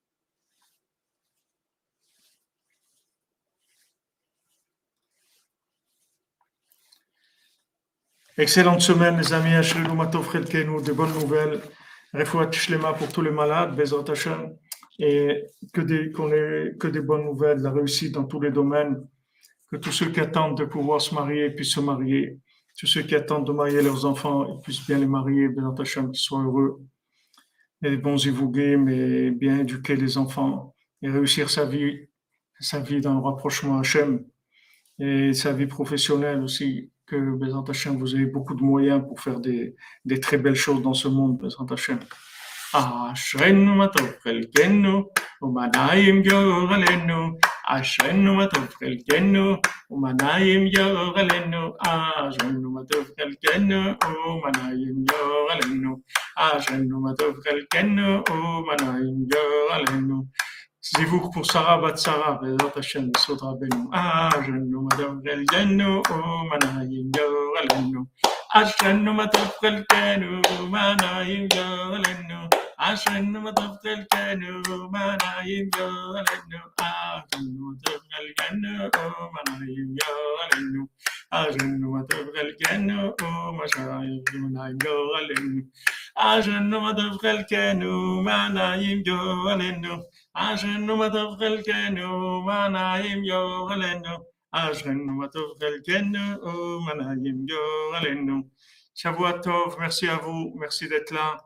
Excellente semaine, les amis. Ashrenu Matov Chelkenu, de bonnes nouvelles. Refouat Shlema pour tous les malades, Bezrat Hashem. Et qu'on ait que des bonnes nouvelles, la réussite dans tous les domaines. Que tous ceux qui attendent de pouvoir se marier puissent se marier. Tous ceux qui attendent de marier leurs enfants, ils puissent bien les marier, Bezrat Hashem, qu'ils soient heureux. Et bons évoqués, mais bien éduquer les enfants. Et réussir sa vie dans le rapprochement Hashem. Et sa vie professionnelle aussi, que Bezrat Hashem, vous avez beaucoup de moyens pour faire des très belles choses dans ce monde, Bezrat Hashem. אשרנו מה טוב חלקנו ומנעים גורלנו אשרנו מה טוב חלקנו ומנעים גורלנו אשרנו מה טוב חלקנו ומנעים גורלנו אשרנו מה טוב חלקנו ומנעים גורלנו זיווג pour Sarah בת Sarah, בעזרת השם, בסוד רבנו. אשרנו מה טוב חלקנו ומנעים גורלנו אשרנו מה טוב חלקנו ומנעים גורלנו אשרנו מה טוב חלקנו ומנעים גורלנו אשרנו מה טוב חלקנו ומנעים גורלנו אשרנו מה טוב חלקנו ומנעים גורלנו אשרנו מה טוב חלקנו ומנעים גורלנו אשרנו מה טוב חלקנו ומנעים גורלנו אשרנו מה טוב חלקנו ומנעים גורלנו. Shavua Tov, merci à vous, merci d'être là.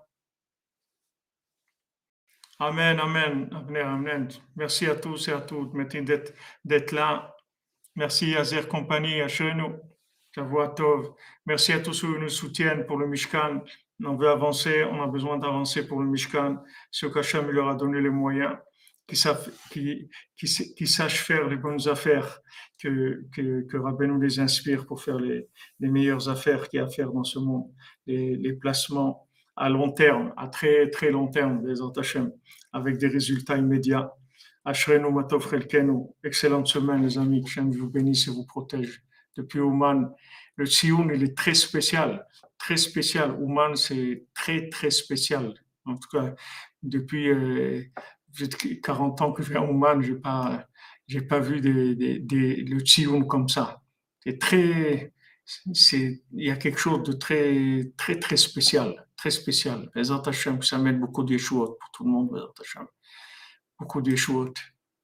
Amen, amen, amen, amen. Merci à tous et à toutes, merci d'être là. Merci à Zer Compagnie, à Chenou, Shavua Tov. Merci à tous ceux qui nous soutiennent pour le Mishkan. On veut avancer, on a besoin d'avancer pour le Mishkan. Ceux qu'Hachem leur a donné les moyens, qui sachent faire les bonnes affaires, que Rabbeinu les inspire pour faire les meilleures affaires qu'il y a à faire dans ce monde, les placements à long terme, à très très long terme, des Hashem, avec des résultats immédiats. Ashrenu Matov Chelkenu, excellente semaine les amis, que Hachem vous bénisse et vous protège. Depuis Ouman, le Tzioun il est très spécial, très spécial. Ouman c'est très très spécial. En tout cas, depuis 40 ans que je vais à Ouman, j'ai pas vu le Tzioun comme ça. Il y a quelque chose de très, très, très spécial, très spécial. Bezrat Hashem, ça mène beaucoup de yeshuot pour tout le monde, Bezrat Hashem. Beaucoup de yeshuot.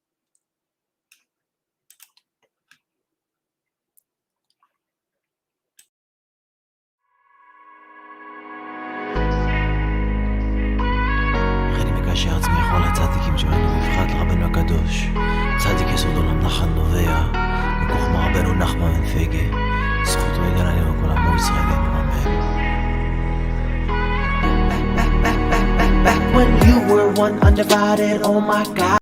מקשר עצמי כל הצדיקים שלנו בבחירת רבנו הקדוש צדיק יסוד עולם נחל נובע מכוחמה רבנו נחמן בן פגה זכות מגן עלינו כל עמו ישראלנו אמן. Back when you were one undivided, oh my God.